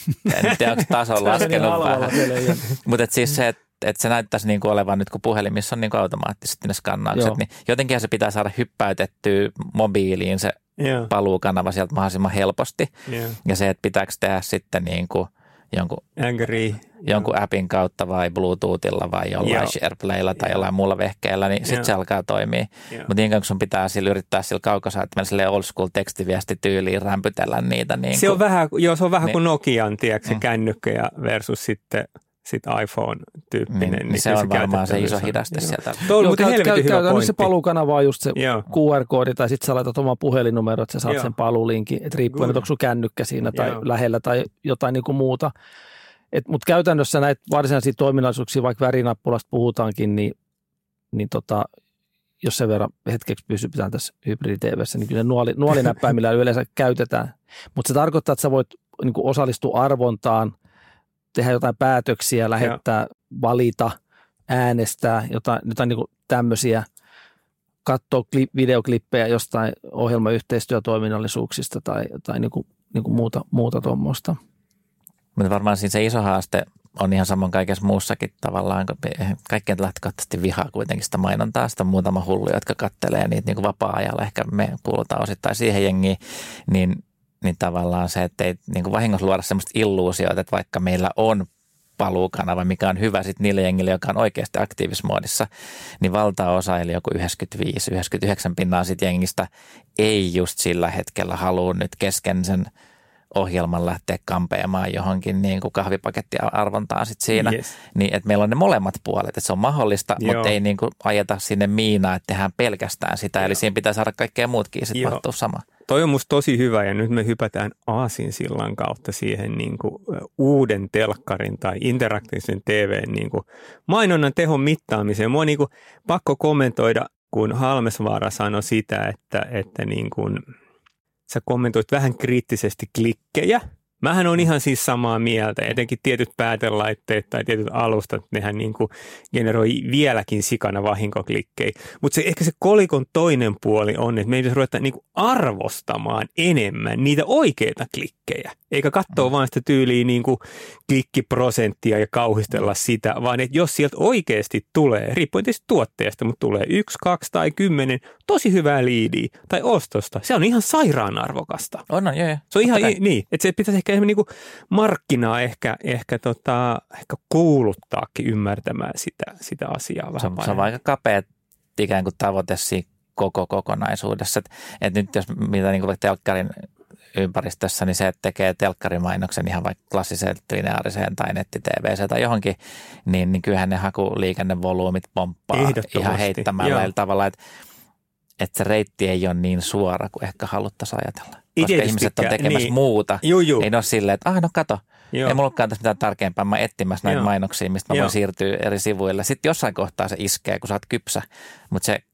en tiedä, onko taso on laskenut vähän. Mutta siis se, että et se näyttäisi niinku olevan nyt, kun puhelimissa on niinku automaattisesti ne skannaukset, Joo. niin jotenkin se pitää saada hyppäytettyä mobiiliin se yeah. paluukanava sieltä mahdollisimman helposti. Yeah. Ja se, että pitääkö tehdä sitten niinku jonkun, jonkun appin kautta vai Bluetoothilla vai jollain yeah. SharePlaylla tai yeah. jollain muulla vehkeellä, niin sitten yeah. se alkaa toimia. Yeah. Mutta niin kuin sun pitää sillä yrittää sillä kaukosäätimellä silleen old school tekstiviestityyliin rämpytellä niitä. Niin se, kun, on vähän, joo, se on vähän niin, kuin Nokian, tiedätkö, se mm. kännykkä versus sitten sitten iPhone-tyyppinen. Niin, niin, niin se on varmaan se iso hidaste joo. sieltä. Tuo on muuten helvetin hyvä pointti. Käytännössä se paluukanava on just se joo. Q R-koodi, tai sitten sä laitat oman puhelinnumero, että sä saat joo. sen paluulinkin, että riippuen, että onko sun kännykkä siinä tai joo. lähellä tai jotain niin kuin muuta. Mutta käytännössä näitä varsinaisia toiminnallisuuksia, vaikka värinappulasta puhutaankin, niin, niin tota, jos sen verran hetkeksi pysytään tässä hybridi-tv:ssä, niin kyllä nuoli, nuolinäppäimillä yleensä käytetään. Mutta se tarkoittaa, että sä voit niin kuin osallistua arvontaan, tehdä jotain päätöksiä, lähettää, ja. valita, äänestää, jotain, jotain niin kuin tämmöisiä, katsoa klip, videoklippejä jostain ohjelmayhteistyötoiminnallisuuksista tai jotain niin kuin, niin kuin muuta, muuta tuommoista. Mutta varmaan siinä se iso haaste on ihan samoin kaikessa muussakin tavallaan. Kaikkien lähtökohtaisesti vihaa kuitenkin sitä mainontaa. Sitä on muutama hullu, jotka kattelee niitä niin kuin vapaa-ajalla. Ehkä me kuulutaan osittain siihen jengiin, niin niin tavallaan se, että ei niin kuin vahingossa luoda semmoista illuusioita, että vaikka meillä on paluukanava, mikä on hyvä sitten niille jengille, joka on oikeasti aktiivismoodissa, niin valtaosa, eli joku yhdeksänkymmentäviisi yhdeksänkymmentäyhdeksän pinnaa sit jengistä ei just sillä hetkellä halua nyt kesken sen ohjelman lähteä kampeamaan johonkin niin kuin kahvipakettiarvontaan sit siinä, yes. niin että meillä on ne molemmat puolet, että se on mahdollista, Joo. mutta ei niin kuin ajeta sinne miinaan, että tehdään pelkästään sitä, Joo. eli siinä pitää saada kaikkea muutkin sitten mahtua samaan. Toi on musta tosi hyvä ja nyt me hypätään aasinsillan kautta siihen niin kuin uuden telkkarin tai interaktiivisen T V:n niin kuin mainonnan tehon mittaamiseen. Mua on niin kuin pakko kommentoida, kun Halmesvaara sanoi sitä, että, että niin kuin sä kommentoit vähän kriittisesti klikkejä. Mähän on ihan siis samaa mieltä, etenkin tietyt päätelaitteet tai tietyt alustat, nehän niin kuin generoi vieläkin sikana vahinkoklikkejä. Mutta se, ehkä se kolikon toinen puoli on, että meidän pitäisi ruveta niin kuin arvostamaan enemmän niitä oikeita klikkejä, eikä katsoa vaan sitä tyyliä niin kuin klikkiprosenttia ja kauhistella sitä, vaan että jos sieltä oikeasti tulee, riippuen tietysti tuotteesta, mutta tulee yksi, kaksi tai kymmenen tosi hyvää liidiä tai ostosta, se on ihan sairaan arvokasta. On, on, joo, joo. Se on ihan i- niin, että se pitäisi ehkä niin kuin markkinaa ehkä, ehkä, tota, ehkä kuuluttaakin ymmärtämään sitä, sitä asiaa vähän se on, se on aika kapea ikään kuin tavoite siinä koko kokonaisuudessa. Että et nyt jos mitä niin kuin telkkarin ympäristössä, niin se, että tekee telkkarimainoksen ihan vaikka klassiseen lineaariseen tai netti-tv:seen tai johonkin, niin, niin kyllähän ne hakuliikennevolyymit pomppaa ihan heittämällä. Eli tavallaan, että, että se reitti ei ole niin suora kuin ehkä haluttaisiin ajatella. Koska ihmiset on tekemässä niin. muuta. Juu, juu. Ei ole silleen, että ah no kato, Joo. ei mulla olekaan tässä mitään tärkeämpää. Mä etsimässä näitä Joo. mainoksia, mistä mä voin Joo. siirtyä eri sivuille. Sitten jossain kohtaa se iskee, kun sä oot kypsä. Mutta se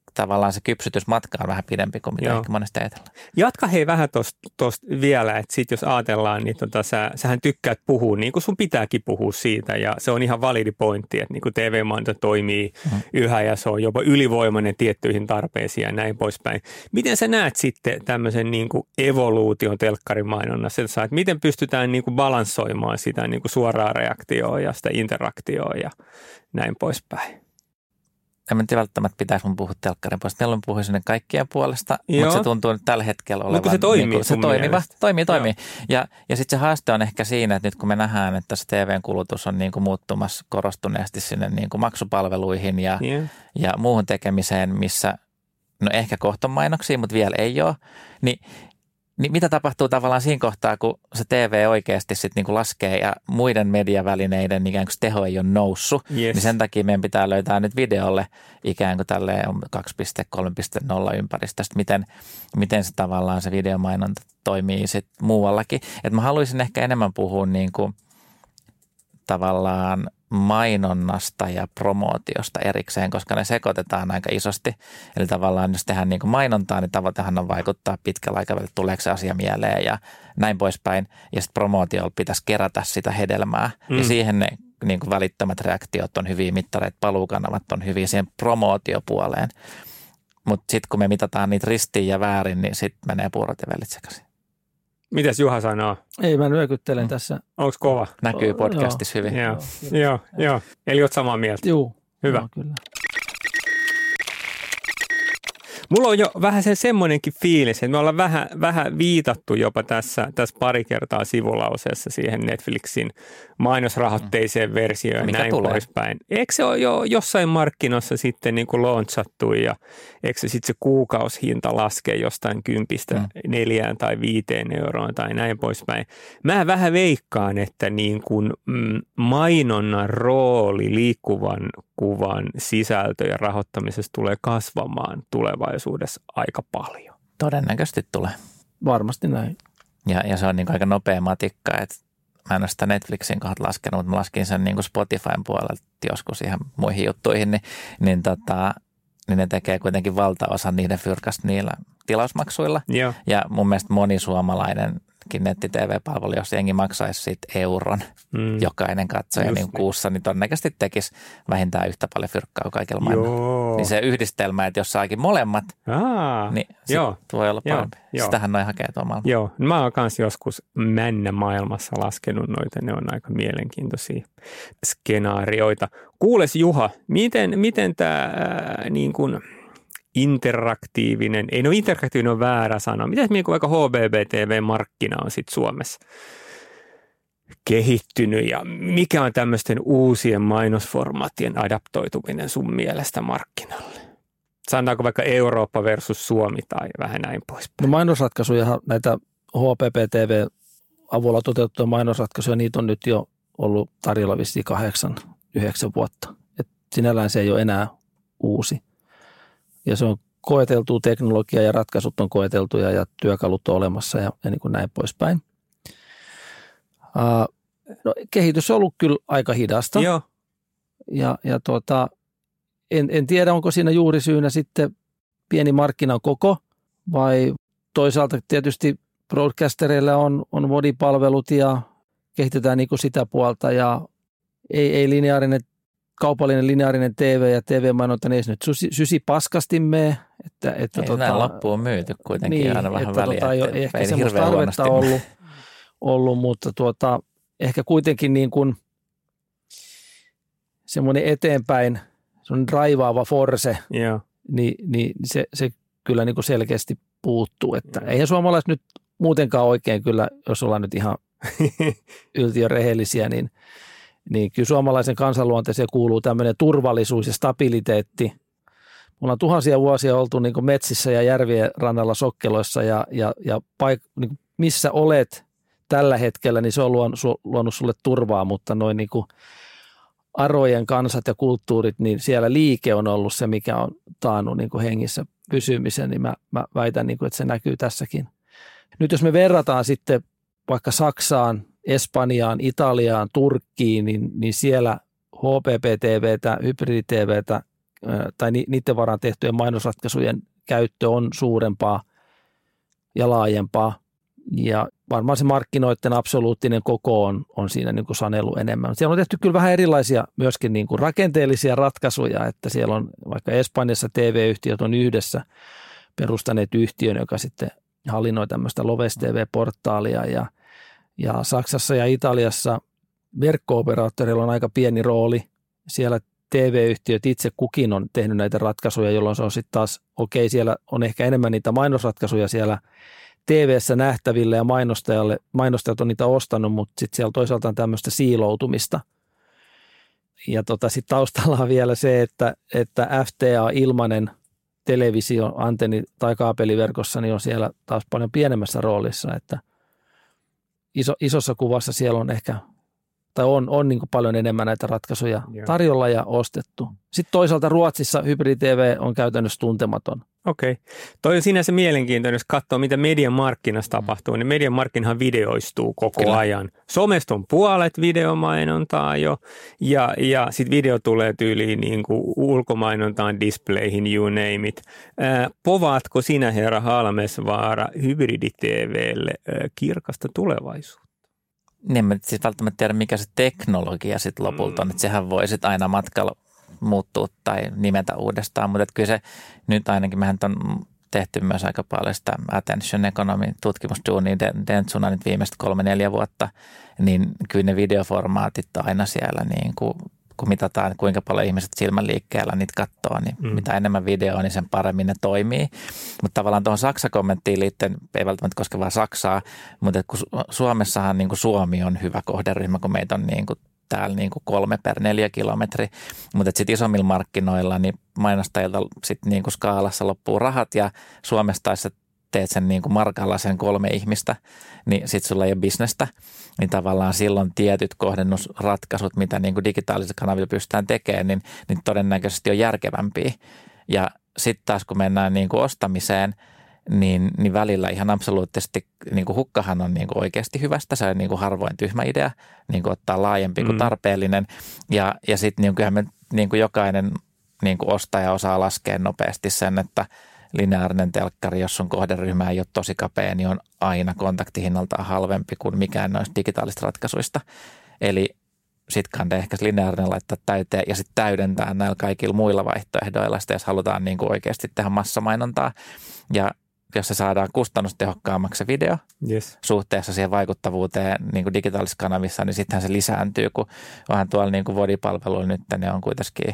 tavallaan se kypsytysmatka on vähän pidempi kuin mitä Joo. ehkä monesti ajatellaan. Jatka hei vähän tuosta vielä, että sit jos ajatellaan, niin tota, sä, sähän tykkäät puhua niin kuin sun pitääkin puhua siitä ja se on ihan validi pointti, että niin kuin T V-mainonta toimii mm. yhä ja se on jopa ylivoimainen tiettyihin tarpeisiin ja näin poispäin. Miten sä näet sitten tämmöisen niin kuin evoluution telkkarimainonnassa, että miten pystytään niin kuin balanssoimaan sitä niin kuin suoraa reaktioa ja sitä interaktioa ja näin poispäin? En mä tiedä välttämättä pitäisi mun puhua telkkarin puolesta. Meillä on puhui sinne kaikkien puolesta, Joo. mutta se tuntuu nyt tällä hetkellä olevan. Mutta se toimii niin kuin, se toimiva, toimii, toimii. Joo. Ja, ja sitten se haaste on ehkä siinä, että nyt kun me nähdään, että se T V-kulutus on niin kuin muuttumassa korostuneesti sinne niin kuin maksupalveluihin ja, Yeah. ja muuhun tekemiseen, missä no ehkä kohta on mainoksia, mutta vielä ei ole, niin Niin mitä tapahtuu tavallaan siinä kohtaa, kun se T V oikeasti sitten niinku laskee ja muiden mediavälineiden ikään kuin teho ei ole noussut, Yes. niin sen takia meidän pitää löytää nyt videolle ikään kuin tälleen kaksi piste kolme piste nolla ympäristöstä, miten, miten se tavallaan se videomainonta toimii sitten muuallakin. Et mä haluaisin ehkä enemmän puhua niin kuin tavallaan mainonnasta ja promootiosta erikseen, koska ne sekoitetaan aika isosti. Eli tavallaan jos tehdään niin kuin mainontaa, niin tavoitehan on vaikuttaa pitkällä aikavälillä, tuleeko se asia mieleen ja näin poispäin. Ja sitten promootiolla pitäisi kerätä sitä hedelmää. Mm. Ja siihen ne niin kuin välittömät reaktiot on hyviä mittareita, paluukanavat on hyviä siihen promootiopuoleen. Mutta sitten kun me mitataan niitä ristiin ja väärin, niin sitten menee puurot ja vellit sekaisin. Mitäs Juha sanoo? Ei, mä nyökyttelen mm. tässä. Onko kova? Näkyy podcastissa joo. hyvin. Joo, Joo, joo, joo. Eli oot samaa mieltä? Joo. Hyvä. Joo, kyllä. Mulla on jo vähän se semmoinenkin fiilis, että me ollaan vähän, vähän viitattu jopa tässä, tässä pari kertaa sivulauseessa siihen Netflixin mainosrahoitteiseen versioon ja näin tulee? Poispäin. Eikö se ole jo jossain markkinoissa sitten niin kuin launchattu ja eikö se sitten se kuukausihinta laske jostain kympistä mm. neljään tai viiteen euroon tai näin poispäin. Mä vähän veikkaan, että niin kuin, mm, mainonnan rooli liikkuvan kuvan sisältö ja rahoittamisessa tulee kasvamaan tulevaisuudessa aika paljon. Todennäköisesti tulee. Varmasti näin. Ja, ja se on niin kuin aika nopea matikka, että mä en ole sitä Netflixin kohdalla laskenut, mutta mä laskin sen niin kuin Spotifyn puolelta joskus ihan muihin juttuihin, niin, niin, tota, niin ne tekee kuitenkin valtaosan niiden fyrkasta niillä tilausmaksuilla. Joo. Ja mun mielestä moni suomalainen netti-T V-palvelu, jos jengi maksaisi siitä euron mm. jokainen katsoja niin kuussa, niin todennäköisesti tekisi vähintään yhtä paljon fyrkkaa kaikilla maailmalla. Niin se yhdistelmä, että jos saakin molemmat, Aa, niin sitten voi olla parempi. Joo, sitähän noin hakee tuo maailma. Joo, mä oon kanssa joskus männä maailmassa laskenut noita, ne on aika mielenkiintoisia skenaarioita. Kuules Juha, miten, miten tämä niin kuin interaktiivinen, ei no interaktiivinen on väärä sana. Mitäs niin kuin vaikka H B B T V-markkina on sitten Suomessa kehittynyt ja mikä on tämmöisten uusien mainosformaattien adaptoituminen sun mielestä markkinalle? Sanotaanko vaikka Eurooppa versus Suomi tai vähän näin poispäin? No mainosratkaisuja, näitä H B B T V-avulla toteutettuja mainosratkaisuja, niitä on nyt jo ollut tarjolla vissiin kahdeksan, yhdeksän vuotta. Et sinällään se ei ole enää uusi. Ja se on koeteltua teknologiaa ja ratkaisut on koeteltuja ja työkalut on olemassa ja, ja niin kuin näin poispäin. Uh, no, kehitys on ollut kyllä aika hidasta. Joo. Ja, ja tuota, en, en tiedä, onko siinä juurisyynä sitten pieni markkinan koko vai toisaalta tietysti broadcastereilla on, on vodipalvelut ja kehitetään niin kuin sitä puolta ja ei, ei lineaarinen kaupallinen lineaarinen T V ja T V-mainonta, niin ei se nyt sysi, sysi paskasti mene. Että, että ei tota, näin loppuun myyty kuitenkin niin, aina vähän että väliä. Tota, ei, ei ehkä semmoista tarvetta ollut, ollut, mutta tuota, ehkä kuitenkin niin kuin semmoinen eteenpäin, semmoinen draivaava force, yeah. niin, niin se, se kyllä niin kuin selkeästi puuttuu. Että eihän suomalaiset nyt muutenkaan oikein kyllä, jos ollaan nyt ihan yltiön rehellisiä, niin niin kyllä suomalaisen kansanluonteeseen kuuluu tämmöinen turvallisuus ja stabiliteetti. Me ollaan tuhansia vuosia oltu niin kuin metsissä ja järvien rannalla sokkeloissa ja, ja, ja paik- niin missä olet tällä hetkellä, niin se on luonut, luonut sulle turvaa, mutta noin niin kuin arojen kansat ja kulttuurit, niin siellä liike on ollut se, mikä on taannut niin kuin hengissä pysymisen, niin mä, mä väitän, niin kuin, että se näkyy tässäkin. Nyt jos me verrataan sitten vaikka Saksaan, Espanjaan, Italiaan, Turkkiin, niin, niin siellä H B B T V:tä, hybridi-T V:tä tai niiden varaan tehtyjen mainosratkaisujen käyttö on suurempaa ja laajempaa. Ja varmaan se markkinoiden absoluuttinen koko on, on siinä niin kuin sanelu enemmän. Siellä on tehty kyllä vähän erilaisia myöskin niin kuin rakenteellisia ratkaisuja, että siellä on vaikka Espanjassa T V-yhtiöt on yhdessä perustaneet yhtiön, joka sitten hallinnoi tämmöistä Loves T V-portaalia ja, ja Saksassa ja Italiassa verkko-operaattoreilla on aika pieni rooli. Siellä T V-yhtiöt itse kukin on tehnyt näitä ratkaisuja, jolloin se on sitten taas, okei, siellä on ehkä enemmän niitä mainosratkaisuja siellä T V:ssä nähtäville ja mainostajalle, mainostajat on niitä ostanut, mutta sitten siellä toisaalta on tämmöistä siiloutumista. Ja tota, sitten taustalla on vielä se, että, että F T A-ilmainen televisio, antenni tai kaapeliverkossa niin on siellä taas paljon pienemmässä roolissa, että iso, isossa kuvassa siellä on ehkä, tai on, on niin kuin paljon enemmän näitä ratkaisuja tarjolla ja ostettu. Sitten toisaalta Ruotsissa hybridi-T V on käytännössä tuntematon. Okei. Toi on sinänsä mielenkiintoinen, jos katsoo, mitä median markkinassa tapahtuu, niin median markkinahan videoistuu koko Kyllä. ajan. Somesta on puolet videomainontaa jo, ja, ja sitten video tulee tyyliin niin kuin ulkomainontaan, displayhin, you name it. Äh, povaatko sinä, herra Halmesvaara, hybridi-T V:lle äh, kirkasta tulevaisuutta? Niin, mä siis välttämättä tiedä, mikä se teknologia sitten lopulta on, mm. että sehän voi sitten aina matkalla muuttua tai nimetä uudestaan, mutta kyllä se nyt ainakin, mehän on tehty myös aika paljon sitä attention economy tutkimusduunia Dentsuna nyt viimeiset kolme neljä vuotta, niin kyllä ne videoformaatit aina siellä, niin kuin, kun mitataan kuinka paljon ihmiset silmän liikkeellä niitä katsoo, niin mm. mitä enemmän videoa, niin sen paremmin ne toimii. Mutta tavallaan tuohon Saksa-kommenttiin liittyen, ei välttämättä koske vaan Saksaa, mutta kun Suomessahan niin kuin Suomi on hyvä kohderyhmä, kun meitä on niin kuin täällä niin kuin kolme per neljä kilometri, mutta sitten isommilla markkinoilla niin mainostajilta sitten niin kuin skaalassa loppuu rahat ja Suomessa taas teet sen niin kuin markalla sen kolme ihmistä, niin sitten sulla ei ole bisnestä, niin tavallaan silloin tietyt kohdennusratkaisut, mitä niin kuin digitaalisilla kanavilla pystytään tekemään, niin, niin todennäköisesti on järkevämpiä. Ja sitten taas kun mennään niin kuin ostamiseen, niin, niin välillä ihan absoluuttisesti niin kuin hukkahan on niin kuin oikeasti hyvästä. Se on niin kuin harvoin tyhmä idea, niin kuin ottaa laajempi kuin tarpeellinen. Ja, ja sitten niin kyllähän me niin kuin jokainen niin kuin ostaja osaa laskea nopeasti sen, että lineaarinen telkkari, jos sun kohderyhmä ei ole tosi kapea, niin on aina kontaktihinnaltaan halvempi kuin mikään noista digitaalisista ratkaisuista. Eli sitten kannattaa ehkä lineaarinen laittaa täyteen ja sitten täydentää näillä kaikilla muilla vaihtoehdoilla, sitä, jos halutaan niin kuin oikeasti tehdä massamainontaa. Ja jos se saadaan kustannustehokkaammaksi se video yes. suhteessa siihen vaikuttavuuteen niin kuin digitaalisissa kanavissa, niin sittenhän se lisääntyy, kun onhan tuolla niin kuin Vodipalveluilla nyt, ne on kuitenkin,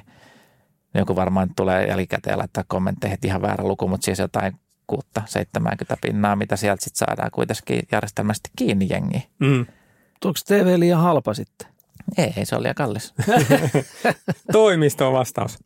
joku varmaan tulee jälkikäteen laittaa kommentteihin, että ihan väärä luku, mutta siis jotain kuutta, seitsemänkymmentä pinnaa, mitä sieltä sitten saadaan kuitenkin järjestelmästi kiinni jengiä. Mm. Onko T V liian halpa sitten? Ei, ei se on liian kallis. Toimisto on vastaus.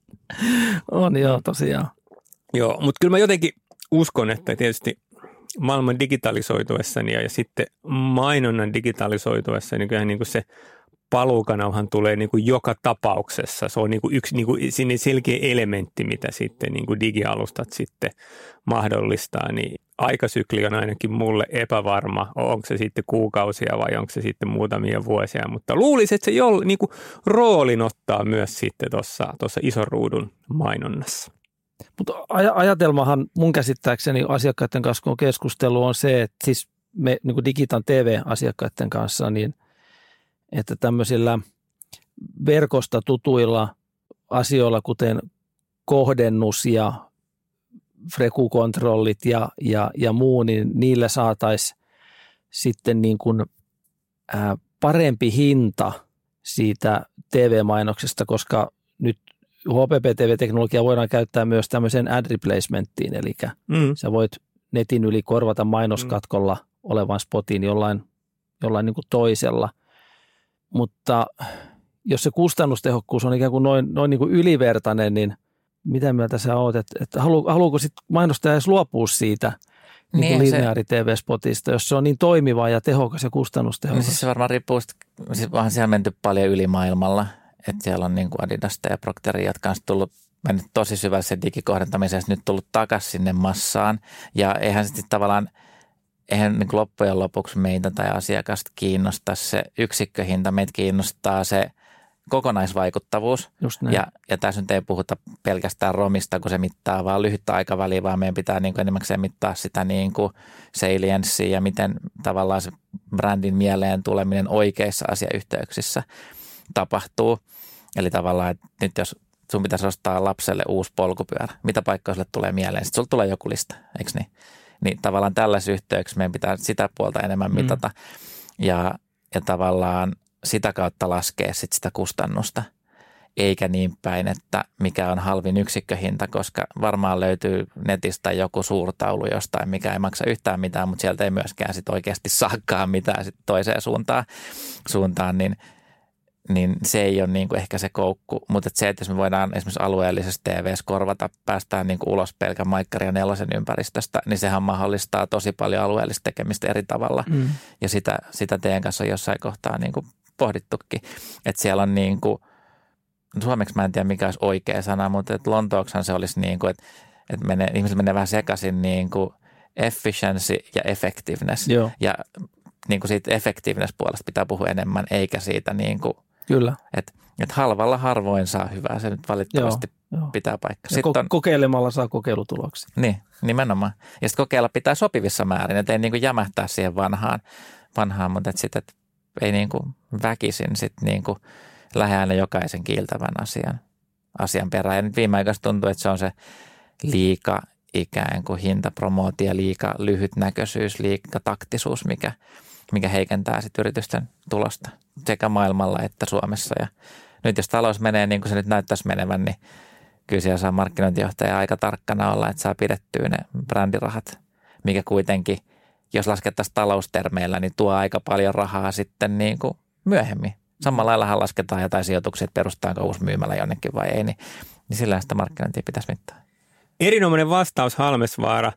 On joo, tosiaan. Joo, mutta kyllä mä jotenkin uskon, että tietysti maailman digitalisoituessani ja, ja sitten mainonnan digitalisoituessa, niin kyllähän niin kuin se paluukanavhan tulee niin kuin joka tapauksessa. Se on niin kuin yksi niin kuin sinne selkeä elementti, mitä sitten niin kuin digialustat sitten mahdollistaa. Niin aikasykli on ainakin mulle epävarma, onko se sitten kuukausia vai onko se sitten muutamia vuosia. Mutta luulisin, että se joll, niin kuin roolin ottaa myös sitten tuossa, tuossa ison ruudun mainonnassa. Mutta aj- ajatelmahan mun käsittääkseni asiakkaiden kanssa, kun keskustelu on se, että siis me niin kuin Digitan T V-asiakkaiden kanssa, niin että tämmöisillä verkosta tutuilla asioilla, kuten kohdennus ja frekukontrollit ja, ja, ja muu, niin niillä saataisiin sitten niin kuin, ää, parempi hinta siitä T V-mainoksesta, koska nyt H P P T V-teknologiaa voidaan käyttää myös tämmöiseen ad replacementtiin, eli mm. sä voit netin yli korvata mainoskatkolla mm. olevan spotin jollain, jollain niin kuin toisella. Mutta jos se kustannustehokkuus on ikään kuin noin, noin niin kuin ylivertainen, niin mitä mieltä sä oot, että, että halu, haluuko sitten mainostaja edes luopua siitä niin niin lineaari-T V-spotista, jos se on niin toimiva ja tehokas ja kustannustehokas? No siis se varmaan riippuu, siis onhan siellä menty paljon yli maailmalla, että siellä on niin kuin Adidasta ja Procteria, jotka on tullut mennyt tosi syvälle digikohdentamiseen, nyt tullut takaisin sinne massaan ja eihän sitten tavallaan eihän niin loppujen lopuksi meitä tai asiakasta kiinnosta se yksikköhinta, meitä kiinnostaa se kokonaisvaikuttavuus. Ja, ja tässä nyt ei puhuta pelkästään romista, kun se mittaa vaan lyhyttä aikaväliä, vaan meidän pitää niin kuin enimmäkseen mittaa sitä niin kuin salienssiä ja miten tavallaan se brändin mieleen tuleminen oikeissa asiayhteyksissä tapahtuu. Eli tavallaan, että nyt jos sun pitäisi ostaa lapselle uusi polkupyörä, mitä paikkaa sulle tulee mieleen? Sitten sulle tulee joku lista, eikö niin? Niin tavallaan tällaisessa yhteyksissä meidän pitää sitä puolta enemmän mitata mm. ja, ja tavallaan sitä kautta laskea sit sitä kustannusta, eikä niin päin, että mikä on halvin yksikköhinta, koska varmaan löytyy netistä joku suurtaulu jostain, mikä ei maksa yhtään mitään, mutta sieltä ei myöskään sit oikeasti saakaan mitään sit toiseen suuntaan, suuntaan niin, niin se ei ole niinku ehkä se koukku. Mutta se, että jos me voidaan esimerkiksi alueellisessa T V:ssä korvata, päästään niinku ulos pelkän Maikkari ja Nelosen ympäristöstä, niin sehän mahdollistaa tosi paljon alueellista tekemistä eri tavalla. Mm. Ja sitä, sitä teidän kanssa on jossain kohtaa niinku pohdittukin, että siellä on niin kuin, suomeksi mä en tiedä mikä olisi oikea sana, mutta että Lontooksahan se olisi niin kuin, että, että menee, ihmiset menee vähän sekaisin niin kuin efficiency ja effectiveness. Joo. Ja niin kuin siitä effectiveness puolesta pitää puhua enemmän, eikä siitä niin kuin, Kyllä. Että, että halvalla harvoin saa hyvää, se nyt valitettavasti Joo, jo. pitää paikkaa. Ko- on, kokeilemalla saa kokeilutuloksia. Niin, nimenomaan. Ja sitten kokeilla pitää sopivissa määrin, että ei niin kuin jämähtää siihen vanhaan, vanhaan mutta että sitten, että ei niin kuin väkisin sitten niin kuin lähde aina jokaisen kiiltävän asian, asian perään. Ja nyt viime aikaisesti tuntuu, että se on se liika ikään kuin hintapromootio, liika lyhytnäköisyys, liika taktisuus, mikä, mikä heikentää sitten yritysten tulosta sekä maailmalla että Suomessa. Ja nyt jos talous menee niin kuin se nyt näyttäisi menevän, niin kyllä siellä saa markkinointijohtaja aika tarkkana olla, että saa pidettyä ne brändirahat, mikä kuitenkin – jos laskettaisiin taloustermeillä, niin tuo aika paljon rahaa sitten niin kuin myöhemmin. Samalla laillahan lasketaan jotain sijoituksia, että perustaanko uusi myymälä jonnekin vai ei, niin, niin sillä sitä markkinointia pitäisi mittaa. Erinomainen vastaus, Halmesvaara.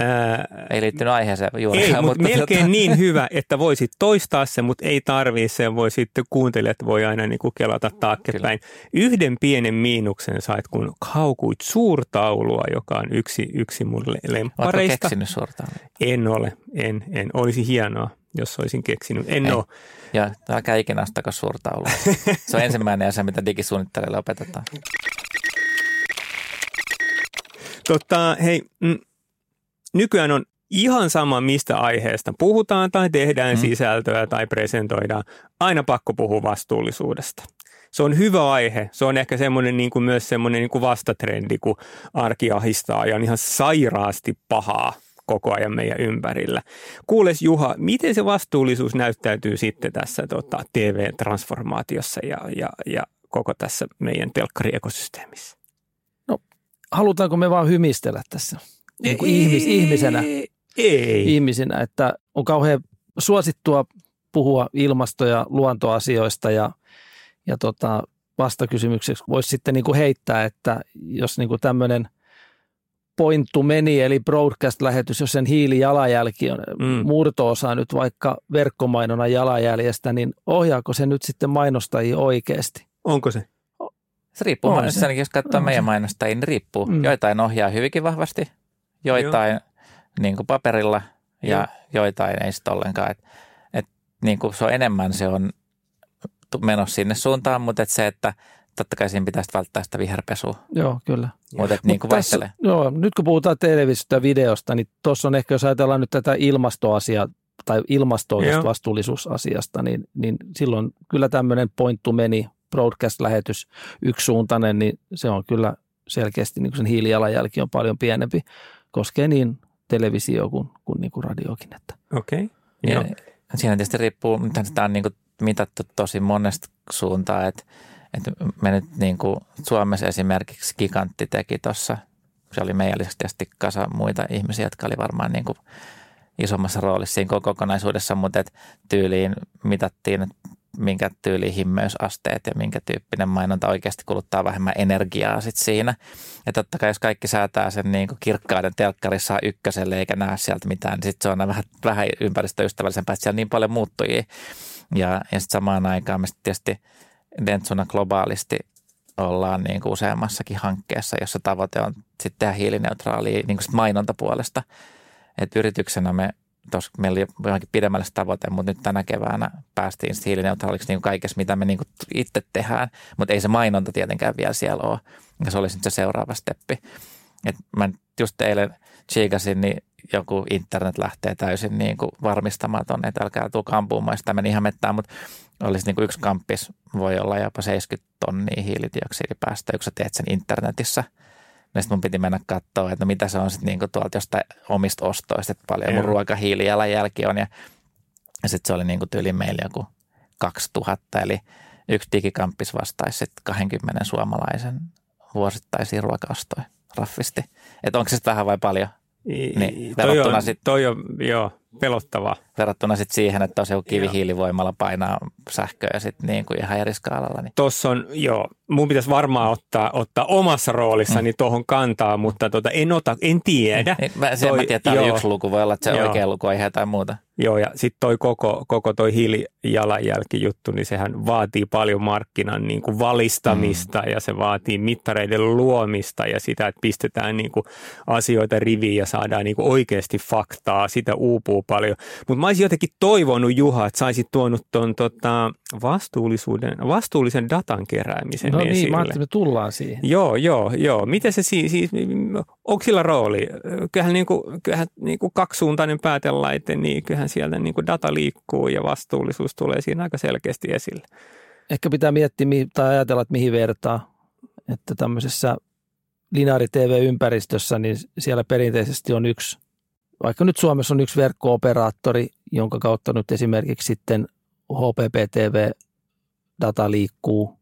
Ää, ei liittynyt aiheeseen juurikaan. Ei, mutta melkein tota... niin hyvä, että voisit toistaa se, mutta ei tarvitse se. Voi sitten kuuntelijat voi aina niin kuin kelata taaksepäin. Yhden pienen miinuksen sait, kun haukuit suurtaulua, joka on yksi, yksi mun lemppareista. Oletko keksinyt suurtaulua? En ole, en, en. Olisi hienoa, jos olisin keksinyt. En ei. ole. Ja älkää ikinä ostako suurtaulua. Se on ensimmäinen asia, mitä digisuunnittelijalle opetetaan. Totta, hei... Mm, nykyään on ihan sama, mistä aiheesta puhutaan tai tehdään mm. sisältöä tai presentoidaan. Aina pakko puhua vastuullisuudesta. Se on hyvä aihe. Se on ehkä semmoinen niin kuin myös semmoinen niin kuin vastatrendi, kun arki ahistaa ja on ihan sairaasti pahaa koko ajan meidän ympärillä. Kuules Juha, miten se vastuullisuus näyttäytyy sitten tässä tota, T V-transformaatiossa ja, ja, ja koko tässä meidän telkkariekosysteemissä? No, halutaanko me vaan hymistellä tässä? Niin kuin ihmis, ihmisenä, ei. ihmisinä, että on kauhean suosittua puhua ilmasto- ja luontoasioista ja, ja tota, vastakysymykseksi voisi sitten niin kuin heittää, että jos niin kuin tämmöinen point to many eli broadcast-lähetys, jos sen hiilijalanjälki on mm. murto-osa nyt vaikka verkkomainonnan jalanjäljestä, niin ohjaako se nyt sitten mainostajia oikeasti? Onko se? Se riippuu mainostajista, jos katsoo meidän mainostajia, niin riippuu. Mm. Joitain ohjaa hyvinkin vahvasti. Joitain niin kuin paperilla ja Joo. joitain ei sitten ollenkaan. Et, et, niin kuin se on enemmän se on menossa sinne suuntaan, mutta et se, että totta kai siinä pitäisi välttää sitä viherpesua. Joo, kyllä. Mutta et niin kuin vaihtelee. Joo, nyt kun puhutaan televisiosta ja videosta, niin tuossa on ehkä, jos ajatellaan nyt tätä ilmastoasiaa tai ilmastoista vastuullisuusasiasta, niin, niin silloin kyllä tämmöinen point to many broadcast-lähetys yksisuuntainen, niin se on kyllä selkeästi niin kuin sen hiilijalanjälki on paljon pienempi. Koskee niin televisio kuin, kuin, niin kuin radiokin. Okei. Okay. Siinä tietysti riippuu, tämä on niin kuin mitattu tosi monesta suuntaa, että, että me nyt niin kuin Suomessa esimerkiksi Gigantti teki tuossa, se oli meidän lisäksi tietysti kasa muita ihmisiä, jotka oli varmaan niin kuin isommassa roolissa siinä kokonaisuudessa, mutta että tyyliin mitattiin, että minkä tyyliin himmeysasteet ja minkä tyyppinen mainonta oikeasti kuluttaa vähemmän energiaa sit siinä. Ja totta kai jos kaikki säätää sen niin kuin kirkkaiden telkkarissa ykköselle eikä näe sieltä mitään, niin sitten se on vähän, vähän ympäristöystävällisempää, että siellä on niin paljon muuttujia. Ja, ja sitten samaan aikaan me sitten tietysti Dentsuna globaalisti ollaan niin kuin useammassakin hankkeessa, jossa tavoite on sitten tehdä hiilineutraalia niin kuin sit mainontapuolesta. Että yrityksenä me tos, meillä oli johonkin pidemmälle tavoite, mutta nyt tänä keväänä päästiin hiilineutraaliksi niin kaikessa, mitä me niin itse tehdään, mutta ei se mainonta tietenkään vielä siellä ole. Ja se olisi nyt se seuraava steppi. Et mä just eilen tsiikasin, niin joku internet lähtee täysin niin kuin varmistamaan tuonne, että älkää tulko ampumaan, sitä meni ihan mettään, mutta olisi niin kuin yksi kamppis, voi olla jopa seitsemänkymmentä tonnia hiilidioksidipäästöjä, kun sä teet sen internetissä. Ja sitten mun piti mennä katsoa, että no mitä se on sitten niin kuin tuolta jostain omista ostoista, että paljon mun ruokahiilijalanjälki on. Ja, ja sitten se oli niin kuin tyyli meillä joku kaksituhatta, eli yksi digikamppis vastaisi sitten kaksikymmentä suomalaisen vuosittaisia ruokaostoja raffisti. Että onko se sitten vähän vai paljon? Niin, toi on, sit, toi on joo, pelottavaa. Verrattuna sitten siihen, että tosiaan kivihiilivoimalla painaa sähköä ja sitten niin kuin ihan eri skaalalla. Niin. Tuossa on, joo, mun pitäisi varmaan ottaa, ottaa omassa roolissani mm. tuohon kantaa, mutta tota, en, ota, en tiedä. Niin, mä, sen toi, mä tiedän, että tämä on yksi luku, voi olla, että se joo. oikea luku on ihan jotain muuta. Joo, ja sitten toi koko, koko toi hiilijalanjälkijuttu, niin sehän vaatii paljon markkinan niin kuin valistamista mm. ja se vaatii mittareiden luomista ja sitä, että pistetään niin kuin asioita riviin ja saadaan niin kuin oikeasti faktaa, sitä uupuu paljon. Mutta mä olisin jotenkin toivonut, Juha, että saisit tuonut tuon tota, vastuullisuuden, vastuullisen datan keräämisen no esille. No niin, mä ajattelin, me tullaan siihen. Joo, joo, joo. Miten se siis, siis onko sillä rooli? Kyllähän, niin kuin, kyllähän niin kuin kaksisuuntainen päätelaite, niin kyllähän sieltä niin kuin data liikkuu ja vastuullisuus tulee siinä aika selkeästi esille. Ehkä pitää miettiä tai ajatella, että mihin vertaa. Että tämmöisessä lineaari-T V-ympäristössä, niin siellä perinteisesti on yksi, vaikka nyt Suomessa on yksi verkko-operaattori, jonka kautta nyt esimerkiksi sitten H P P T V-data liikkuu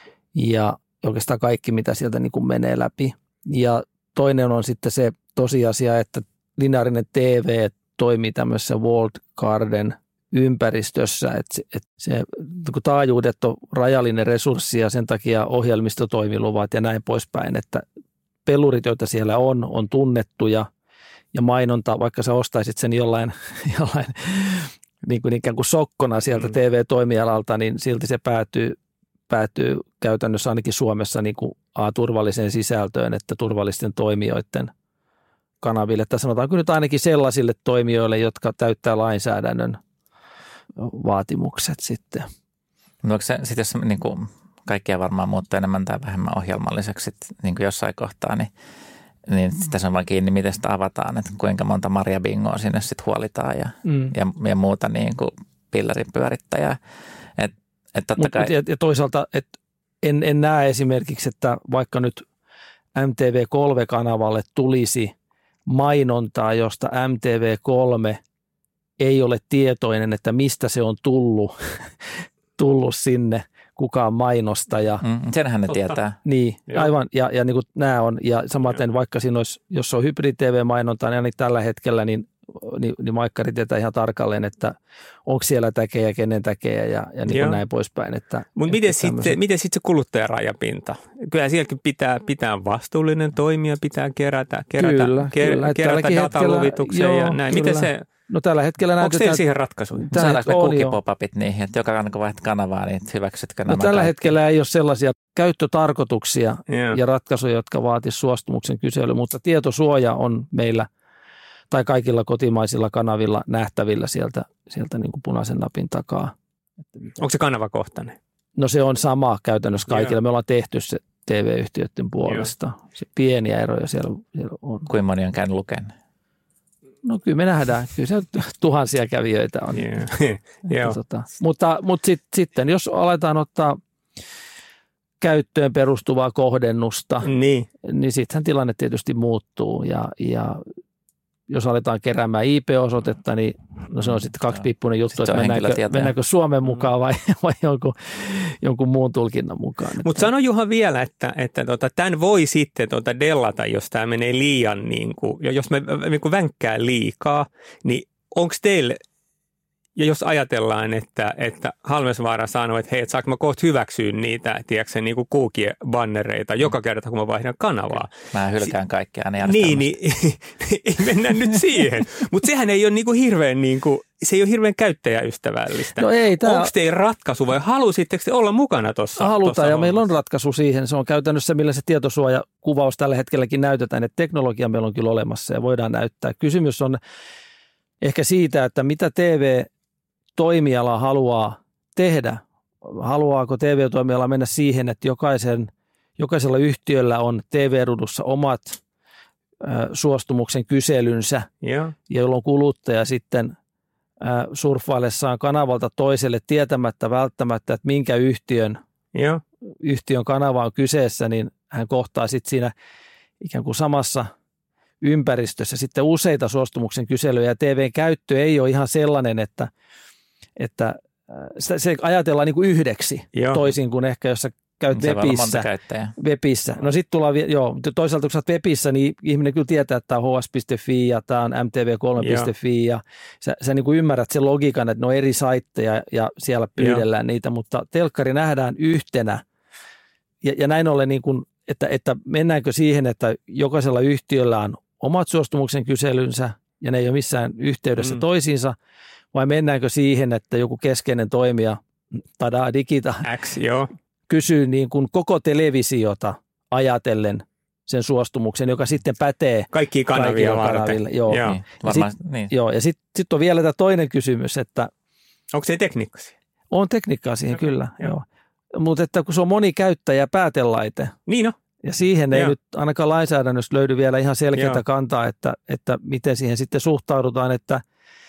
ja oikeastaan kaikki, mitä sieltä niin kuin menee läpi. Ja toinen on sitten se tosiasia, että lineaarinen T V toimii tämmöisessä walled garden ympäristössä, että se, että se kun taajuudet on rajallinen resurssi ja sen takia ohjelmistotoimiluvat ja näin poispäin, että pelurit, joita siellä on, on tunnettuja ja mainonta, vaikka sä ostaisit sen jollain, jollain niin kuin ikään kuin sokkona sieltä mm. T V-toimialalta, niin silti se päätyy, päätyy käytännössä ainakin Suomessa niin kuin A, turvalliseen sisältöön, että turvallisten toimijoiden kanaville. Että sanotaanko nyt ainakin sellaisille toimijoille, jotka täyttää lainsäädännön vaatimukset sitten. No onko se sitten, jos niin kuin kaikkia varmaan muuttuu enemmän tai vähemmän ohjelmalliseksi niin kuin jossain kohtaa, niin, niin sitä se on vaan kiinni, miten sitä avataan, että kuinka monta Maria Bingoa sinne sitten huolitaan ja, mm. ja, ja muuta niin kuin pillerin pyörittäjää. Et, et totta Mut, kai... ja, ja toisaalta et en, en näe esimerkiksi, että vaikka nyt M T V kolme-kanavalle tulisi mainontaa, josta M T V kolme ei ole tietoinen, että mistä se on tullut, tullut sinne, kukaan mainostaja. Mm, senhän ne Totta. tietää. Niin, Joo. aivan. Ja, ja niin kuin nämä on, ja samaten Joo. vaikka siinä olisi, jos on hybrid-T V-mainontaa, niin ainakin tällä hetkellä, niin, niin, niin maikkari tietää ihan tarkalleen, että onko siellä täkejä, kenen täkejä ja, ja niin kuin näin poispäin. Mutta miten sitten miten sit se kuluttajarajapinta? Kyllä sielläkin pitää, pitää vastuullinen toimija, pitää kerätä, kerätä, kyllä, ker, kyllä. kerätä dataluvituksia ja näin. Kyllä. Miten se... No tällä hetkellä näytetään... Onko teillä siihen ratkaisuja? Saadaanko me cookie-pop-upit niihin, että joka aina kun vaihdat kanavaa, niin hyväksytkö nämä no tällä kaikki? hetkellä ei ole sellaisia käyttötarkoituksia yeah. ja ratkaisuja, jotka vaatisivat suostumuksen kysely, mutta tietosuoja on meillä tai kaikilla kotimaisilla kanavilla nähtävillä sieltä, sieltä niin kuin punaisen napin takaa. Onko se kanavakohtainen? No se on sama käytännössä kaikilla. Yeah. Me ollaan tehty se T V-yhtiöiden puolesta. Yeah. Se pieniä eroja siellä, siellä on. Kuinka moni on käynyt lukemaan? No kyllä me nähdään, kyllä se tuhansia kävijöitä on. Yeah. tota, mutta mutta sit, sitten, jos aletaan ottaa käyttöön perustuvaa kohdennusta, niin, niin sittenhän tilanne tietysti muuttuu. Ja, ja jos aletaan keräämään I P-osoitetta, niin no se on sitten kaksipiippunen juttu, että mennäänkö, mennäänkö Suomen mukaan vai, vai jonkun, jonkun muun tulkinnan mukaan. Mutta sano Juha vielä, että, että tota, tämän voi sitten tota dellata, jos tämä menee liian, niin kuin, jos me niin kuin vänkkää liikaa, niin onko teille, ja jos ajatellaan, että, että Halmesvaara sanoo, että hei, et saanko mä kohta hyväksyä niitä, tiedätkö, niin kuin kuukie-bannereita joka kerta, kun mä vaihdan kanavaa. Mä hylkään kaikkea. Niin, niin ei mennä nyt siihen. Mutta sehän ei ole niin kuin hirveän, niin kuin, se ei ole hirveän käyttäjäystävällistä. No ei, tää... Onko teidän ratkaisu vai halusitteko te olla mukana tuossa? Halutaan ja meillä on ratkaisu siihen. Se on käytännössä, millä se tietosuojakuvaus tällä hetkelläkin näytetään, että teknologia meillä on kyllä olemassa ja voidaan näyttää. Kysymys on ehkä siitä, että mitä T V-toimiala haluaa tehdä. Haluaako T V-toimiala mennä siihen, että jokaisen, jokaisella yhtiöllä on T V-ruudussa omat ö, suostumuksen kyselynsä, Joo. jolloin kuluttaja sitten ö, surffaillessaan kanavalta toiselle tietämättä välttämättä, että minkä yhtiön, Joo. yhtiön kanava on kyseessä, niin hän kohtaa sitten siinä ikään kuin samassa ympäristössä sitten useita suostumuksen kyselyjä. Ja T V:n käyttö ei ole ihan sellainen, että, että se ajatellaan niin kuin yhdeksi, Joo. toisin kuin ehkä jos sä käyt se webissä. webissä. No sitten tullaan, joo, toisaalta kun sä oot webissä, niin ihminen kyllä tietää, että tämä on h s piste f i ja tämä on m t v kolme piste f i ja sä, sä niin kuin ymmärrät sen logiikan, että ne on eri saitteja ja siellä pyydellään Joo. niitä, mutta telkkari nähdään yhtenä ja, ja näin ollen, niin kuin, että, että mennäänkö siihen, että jokaisella yhtiöllä on omat suostumuksen kyselynsä ja ne ei ole missään yhteydessä mm. toisiinsa, vai mennäänkö siihen, että joku keskeinen toimija, tada digita, X, joo. kysyy niin kuin koko televisiota ajatellen sen suostumuksen, joka sitten pätee kaikkiin kanavia varten. Joo. Joo. Niin. Ja sit, niin. joo, ja sitten sit on vielä tämä toinen kysymys, että onko se tekniikka siihen? On tekniikkaa siihen, okay. kyllä. Joo. Joo. Mutta että kun se on monikäyttäjä päätelaite, niin on. Ja siihen ei Joo. nyt ainakaan lainsäädännössä löydy vielä ihan selkeää Joo. kantaa, että, että miten siihen sitten suhtaudutaan, että,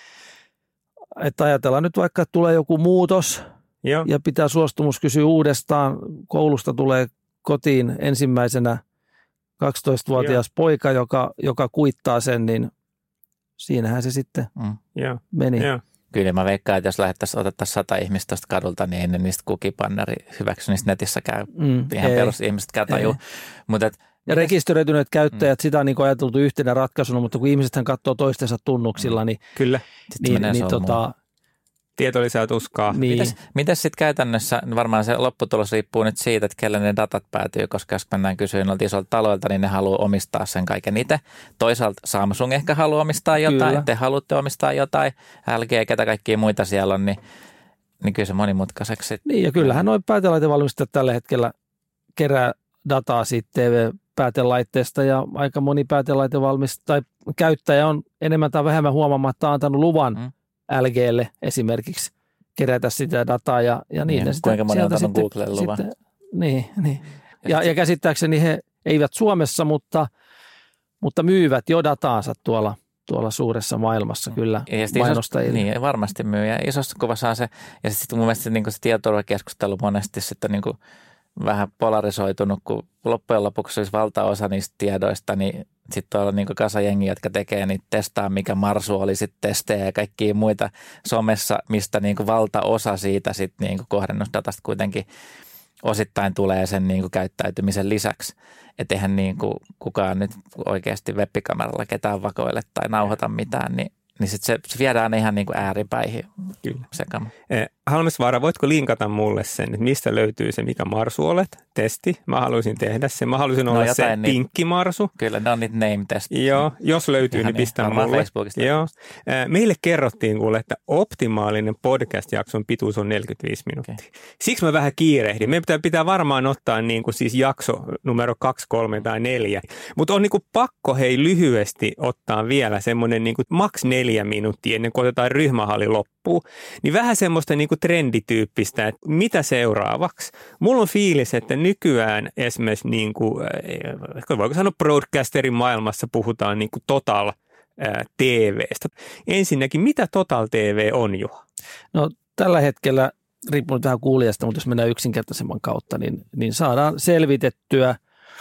että ajatellaan nyt vaikka, että tulee joku muutos Joo. ja pitää suostumus kysyä uudestaan. Koulusta tulee kotiin ensimmäisenä kaksitoistavuotias Joo. poika, joka, joka kuittaa sen, niin siinähän se sitten mm. meni. Joo. Kyllä mä veikkaan, että jos lähettäisiin, otettaisiin sata ihmistä tuosta kadulta, niin ei ne niistä kukipanneri hyväksy, niistä netissä käy. Mm, ihan perusihmiset tajuu. Mutta ja rekisteröityneet käyttäjät, mm. sitä on niin kuin ajateltu yhtenä ratkaisuna, mutta kun ihmisethän katsoo toistensa tunnuksilla, niin, Kyllä. niin, niin tota, tieto lisää tuskaa. Niin. Mites, mites sitten käytännössä, varmaan se lopputulos riippuu nyt siitä, että kelle ne datat päätyy, koska jos mennään kysyyn noilta isolta taloilta, niin ne haluaa omistaa sen kaiken itse. Toisaalta Samsung ehkä haluaa omistaa jotain, kyllä. Te haluatte omistaa jotain, L G, ketä kaikkia muita siellä on, niin, niin kyllä se monimutkaiseksi. Niin ja kyllähän noin päätelaitevalmistajat tällä hetkellä kerää dataa siitä T V-päätelaitteesta ja aika moni päätelaitevalmistaja tai käyttäjä on enemmän tai vähemmän huomaamatta antanut luvan mm. L G:lle esimerkiksi kerätä sitä dataa ja, ja niin. niin kuinka moni on antanut Googlelle luvan. Sitten, niin, niin. Ja, ja käsittääkseni he eivät Suomessa, mutta, mutta myyvät jo dataansa tuolla, tuolla suuressa maailmassa kyllä mainostajille. Niin, varmasti myy. Ja isossa kuvassa on se, ja sitten mun mielestä niin se tietoturvakeskustelu monesti sitten niin kuin vähän polarisoitunut, kun loppujen lopuksi olisi valtaosa niistä tiedoista, niin sitten tuolla niin kasa jengi, jotka tekee niitä testaa, mikä Marsu oli sitten testejä ja kaikkia muita somessa, mistä niin kuin valtaosa siitä sitten niin kuin kohdennusdatasta kuitenkin osittain tulee sen niin kuin käyttäytymisen lisäksi. Että eihän niin kuin kukaan nyt oikeasti web-kameralla ketään vakoile tai nauhoita mitään, niin niin sitten se, se viedään ihan niin kuin ääripäihin. Kyllä. Sekama. Eh, Halmesvaara, voitko linkata mulle sen, että mistä löytyy se, mikä Marsu olet? Testi. Mä haluaisin tehdä sen. Mä haluaisin no, olla se pinkki Marsu. Kyllä, ne on niitä name-testit. Joo, jos löytyy, ihan niin pistä niin, mulle. Facebookista. Joo. Eh, meille kerrottiin kuule, että optimaalinen podcast-jakson pituus on neljäkymmentäviisi minuuttia. Okay. Siksi mä vähän kiirehdin. Meidän pitää, pitää varmaan ottaa niin kuin siis jakso numero kaksi, kolme tai neljä. Mutta on niin kuin pakko hei lyhyesti ottaa vielä semmoinen niin kuin maks neljä minuuttia ennen kuin otetaan ryhmähalli loppuun, niin vähän semmoista niin kuin trendityyppistä, että mitä seuraavaksi. Mulla on fiilis, että nykyään esimerkiksi, niin kuin, voiko sanoa broadcasterin maailmassa puhutaan niin kuin Total T V:stä. Ensinnäkin, mitä Total T V on, Juha? No tällä hetkellä, riippuu vähän kuulijasta, mutta jos mennään yksinkertaisemman kautta, niin, niin saadaan selvitettyä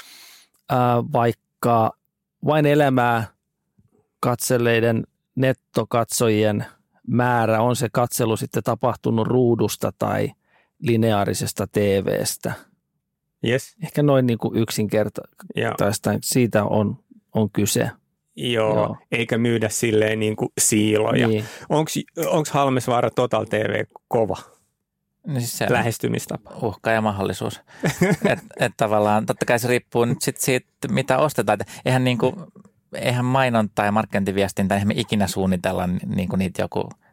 ää, vaikka vain elämää katselleiden nettokatsojien määrä, on se katselu sitten tapahtunut ruudusta tai lineaarisesta T V:stä. Yes. Ehkä noin niin kuin yksinkertaista, siitä on, on kyse. Joo, Joo, eikä myydä silleen niin kuin siiloja. Niin. Onko Halmesvaara Total T V kova? No siis se lähestymistapa. Uhka ja mahdollisuus. Että et tavallaan totta kai se riippuu nyt sit siitä, mitä ostetaan. Eihän niin kuin eihän mainonta ja markkinointiviestintä, eihän me ikinä suunnitella niin kuin niitä joku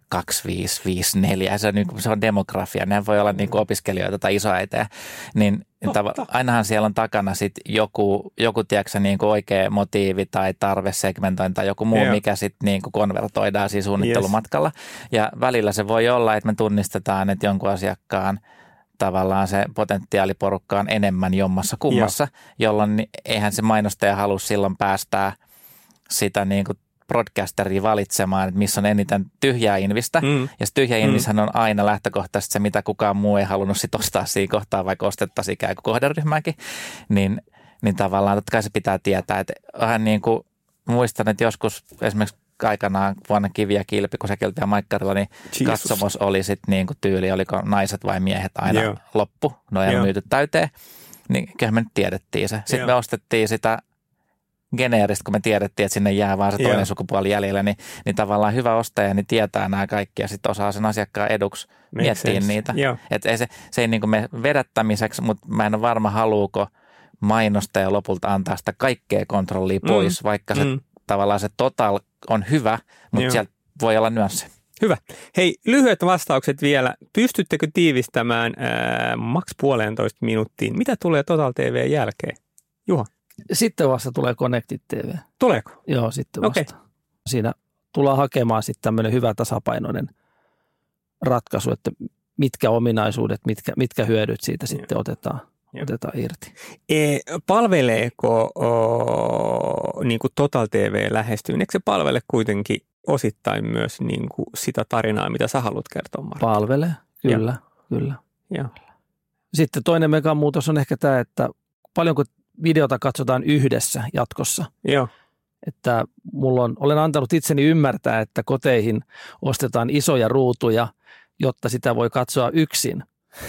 kaksikymmentäviisi viisikymmentäneljä, se on, niin kuin, se on demografia, ne voi olla niin kuin opiskelijoita tai isoäitejä, niin Totta. ainahan siellä on takana sit joku, joku tiedätkö, niin kuin oikea motiivi tai tarvesegmentointi tai joku muu, yeah. mikä sitten niin kuin konvertoidaan siinä suunnittelumatkalla. Yes. Ja välillä se voi olla, että me tunnistetaan, että jonkun asiakkaan tavallaan se potentiaaliporukka on enemmän jommassa kummassa, yeah. jolloin eihän se mainostaja halua silloin päästää sitä niin kuin broadcasteria valitsemaan, että missä on eniten tyhjää invistä. Mm. Ja se tyhjä invishän mm. on aina lähtökohtaisesti se, mitä kukaan muu ei halunnut sit ostaa siinä kohtaa, vaikka ostettaisiin ikään kuin kohderyhmääkin. Niin, niin tavallaan totta kai se pitää tietää, että vähän niin kuin muistan, että joskus esimerkiksi aikanaan vuonna Kivi ja Kilpi, kun sekin oltiin Maikkarilla, niin Jesus. Katsomos oli sitten niin kuin tyyli, oliko naiset vai miehet aina yeah. loppu. No ei yeah. myyty täyteen. Niin kyllähän me nyt tiedettiin se. Sitten yeah. me ostettiin sitä geneeristä, kun me tiedettiin, että sinne jää vaan se toinen yeah. sukupuoli jäljellä, niin, niin tavallaan hyvä ostaja niin tietää nämä kaikki ja sitten osaa sen asiakkaan eduksi Make miettiä sense. niitä. Yeah. Että se, se ei niin kuin me vedättämiseksi, mutta mä en ole varma, haluuko mainostaja lopulta antaa sitä kaikkea kontrollia pois, mm. vaikka se mm. tavallaan se total on hyvä, mutta yeah. sieltä voi olla nyanssi. Hyvä. Hei, lyhyet vastaukset vielä. Pystyttekö tiivistämään ää, maks puolentoista minuuttiin? Mitä tulee Total T V jälkeen? Juha. Sitten vasta tulee Connected T V. Tuleeko? Joo, sitten vasta. Okay. Siinä tullaan hakemaan sitten tämmöinen hyvä tasapainoinen ratkaisu, että mitkä ominaisuudet, mitkä, mitkä hyödyt siitä Joo. sitten otetaan, otetaan irti. E, palveleeko o, niin kuin Total T V lähestyy? Eikö se palvele kuitenkin osittain myös niin kuin sitä tarinaa, mitä sä haluat kertoa, Markki? Palvelee, kyllä, Joo. kyllä. Joo. Sitten toinen megamuutos on ehkä tämä, että paljonko videota katsotaan yhdessä jatkossa. Joo. Että mulla on, olen antanut itseni ymmärtää, että koteihin ostetaan isoja ruutuja, jotta sitä voi katsoa yksin.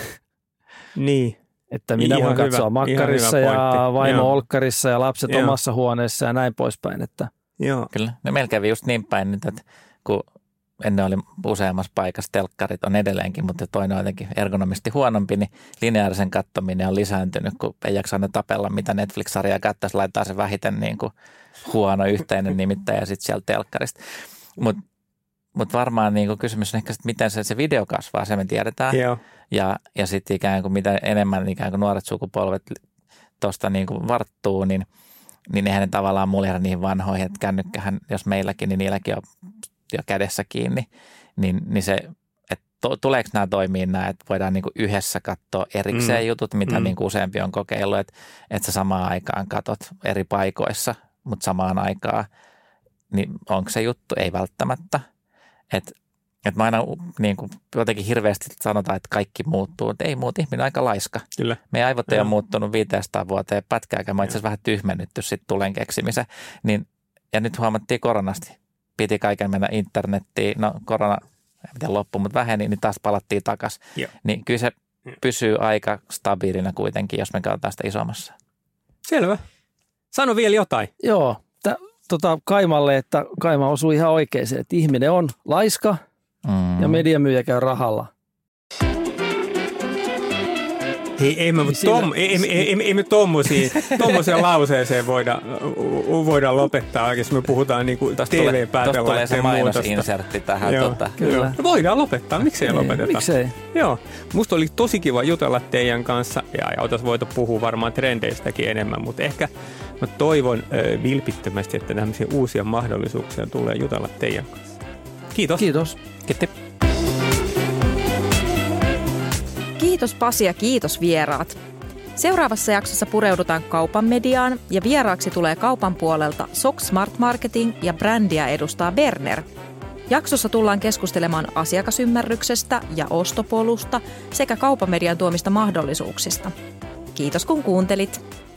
Niin. Että minä ihan voin hyvä, katsoa makkarissa ja vaimo Joo. olkkarissa ja lapset Joo. omassa huoneessa ja näin poispäin. Että. Joo. Kyllä. No meillä kävi just niin päin nyt, että kun ennen oli useammassa paikassa telkkarit, on edelleenkin, mutta toinen on jotenkin ergonomisti huonompi, niin lineaarisen katsominen on lisääntynyt, kun ei jaksa aina tapella, mitä Netflix-sarjaa katsoisi, laittaa se vähiten niin kuin huono yhteinen nimittäjä sitten sieltä telkkarista. Mutta mut varmaan niin kuin kysymys on ehkä, että miten se, se video kasvaa, se me tiedetään. Joo. Ja, ja sitten ikään kuin mitä enemmän ikään kuin nuoret sukupolvet tuosta niin kuin varttuu, niin, niin eihän ne tavallaan muljera niihin vanhoihin, että kännykkähän, jos meilläkin, niin niilläkin on jo kädessä kiinni, niin, niin se, että to, tuleeko nämä toimii nämä, että voidaan niinku yhdessä katsoa erikseen mm. jutut, mitä mm. niinku useampi on kokeillut, että, että sä samaan aikaan katot eri paikoissa, mutta samaan aikaan, niin onko se juttu? Ei välttämättä. Että et mä aina niinku, jotenkin hirveästi sanotaan, että kaikki muuttuu, mutta ei muuta, ihminen on aika laiska. Kyllä. Meidän aivot ei ole muuttunut viisisataa vuoteen pätkääkään, mä itse asiassa vähän tyhmennytty sitten tulen keksimisen, niin, ja nyt huomattiin koronasti. Piti kaiken mennä internettiin, no korona, en tiedä loppu, mutta väheni, niin taas palattiin takaisin. Niin kyllä se pysyy aika stabiilina kuitenkin, jos me katsotaan sitä isommassa. Selvä. Sano vielä jotain. Joo, t- tota, Kaimalle, että Kaima osui ihan oikein, että ihminen on laiska mm. ja mediamyyjä käy rahalla. Ei, ei me, niin tom, ei, ei, ei, ei, ei me tommosia, tommosia lauseeseen voida, voida lopettaa, jos me puhutaan niinku T V-päätelaitteen muutosta. Tuosta tulee se mainosinsertti tähän. Joo, tota. Kyllä. No voidaan lopettaa, miksei ei, lopeteta? Miksei? Joo, musta oli tosi kiva jutella teidän kanssa, ja, ja otas voita puhua varmaan trendeistäkin enemmän, mutta ehkä mä toivon äh, vilpittömästi, että tämmöisiä uusia mahdollisuuksia tulee jutella teidän kanssa. Kiitos. Kiitos. Kiitos. Kiitos Pasi ja kiitos vieraat. Seuraavassa jaksossa pureudutaan kaupan mediaan ja vieraaksi tulee kaupan puolelta S O K Smart Marketing ja brändiä edustaa Berner. Jaksossa tullaan keskustelemaan asiakasymmärryksestä ja ostopolusta sekä kaupan median tuomista mahdollisuuksista. Kiitos kun kuuntelit.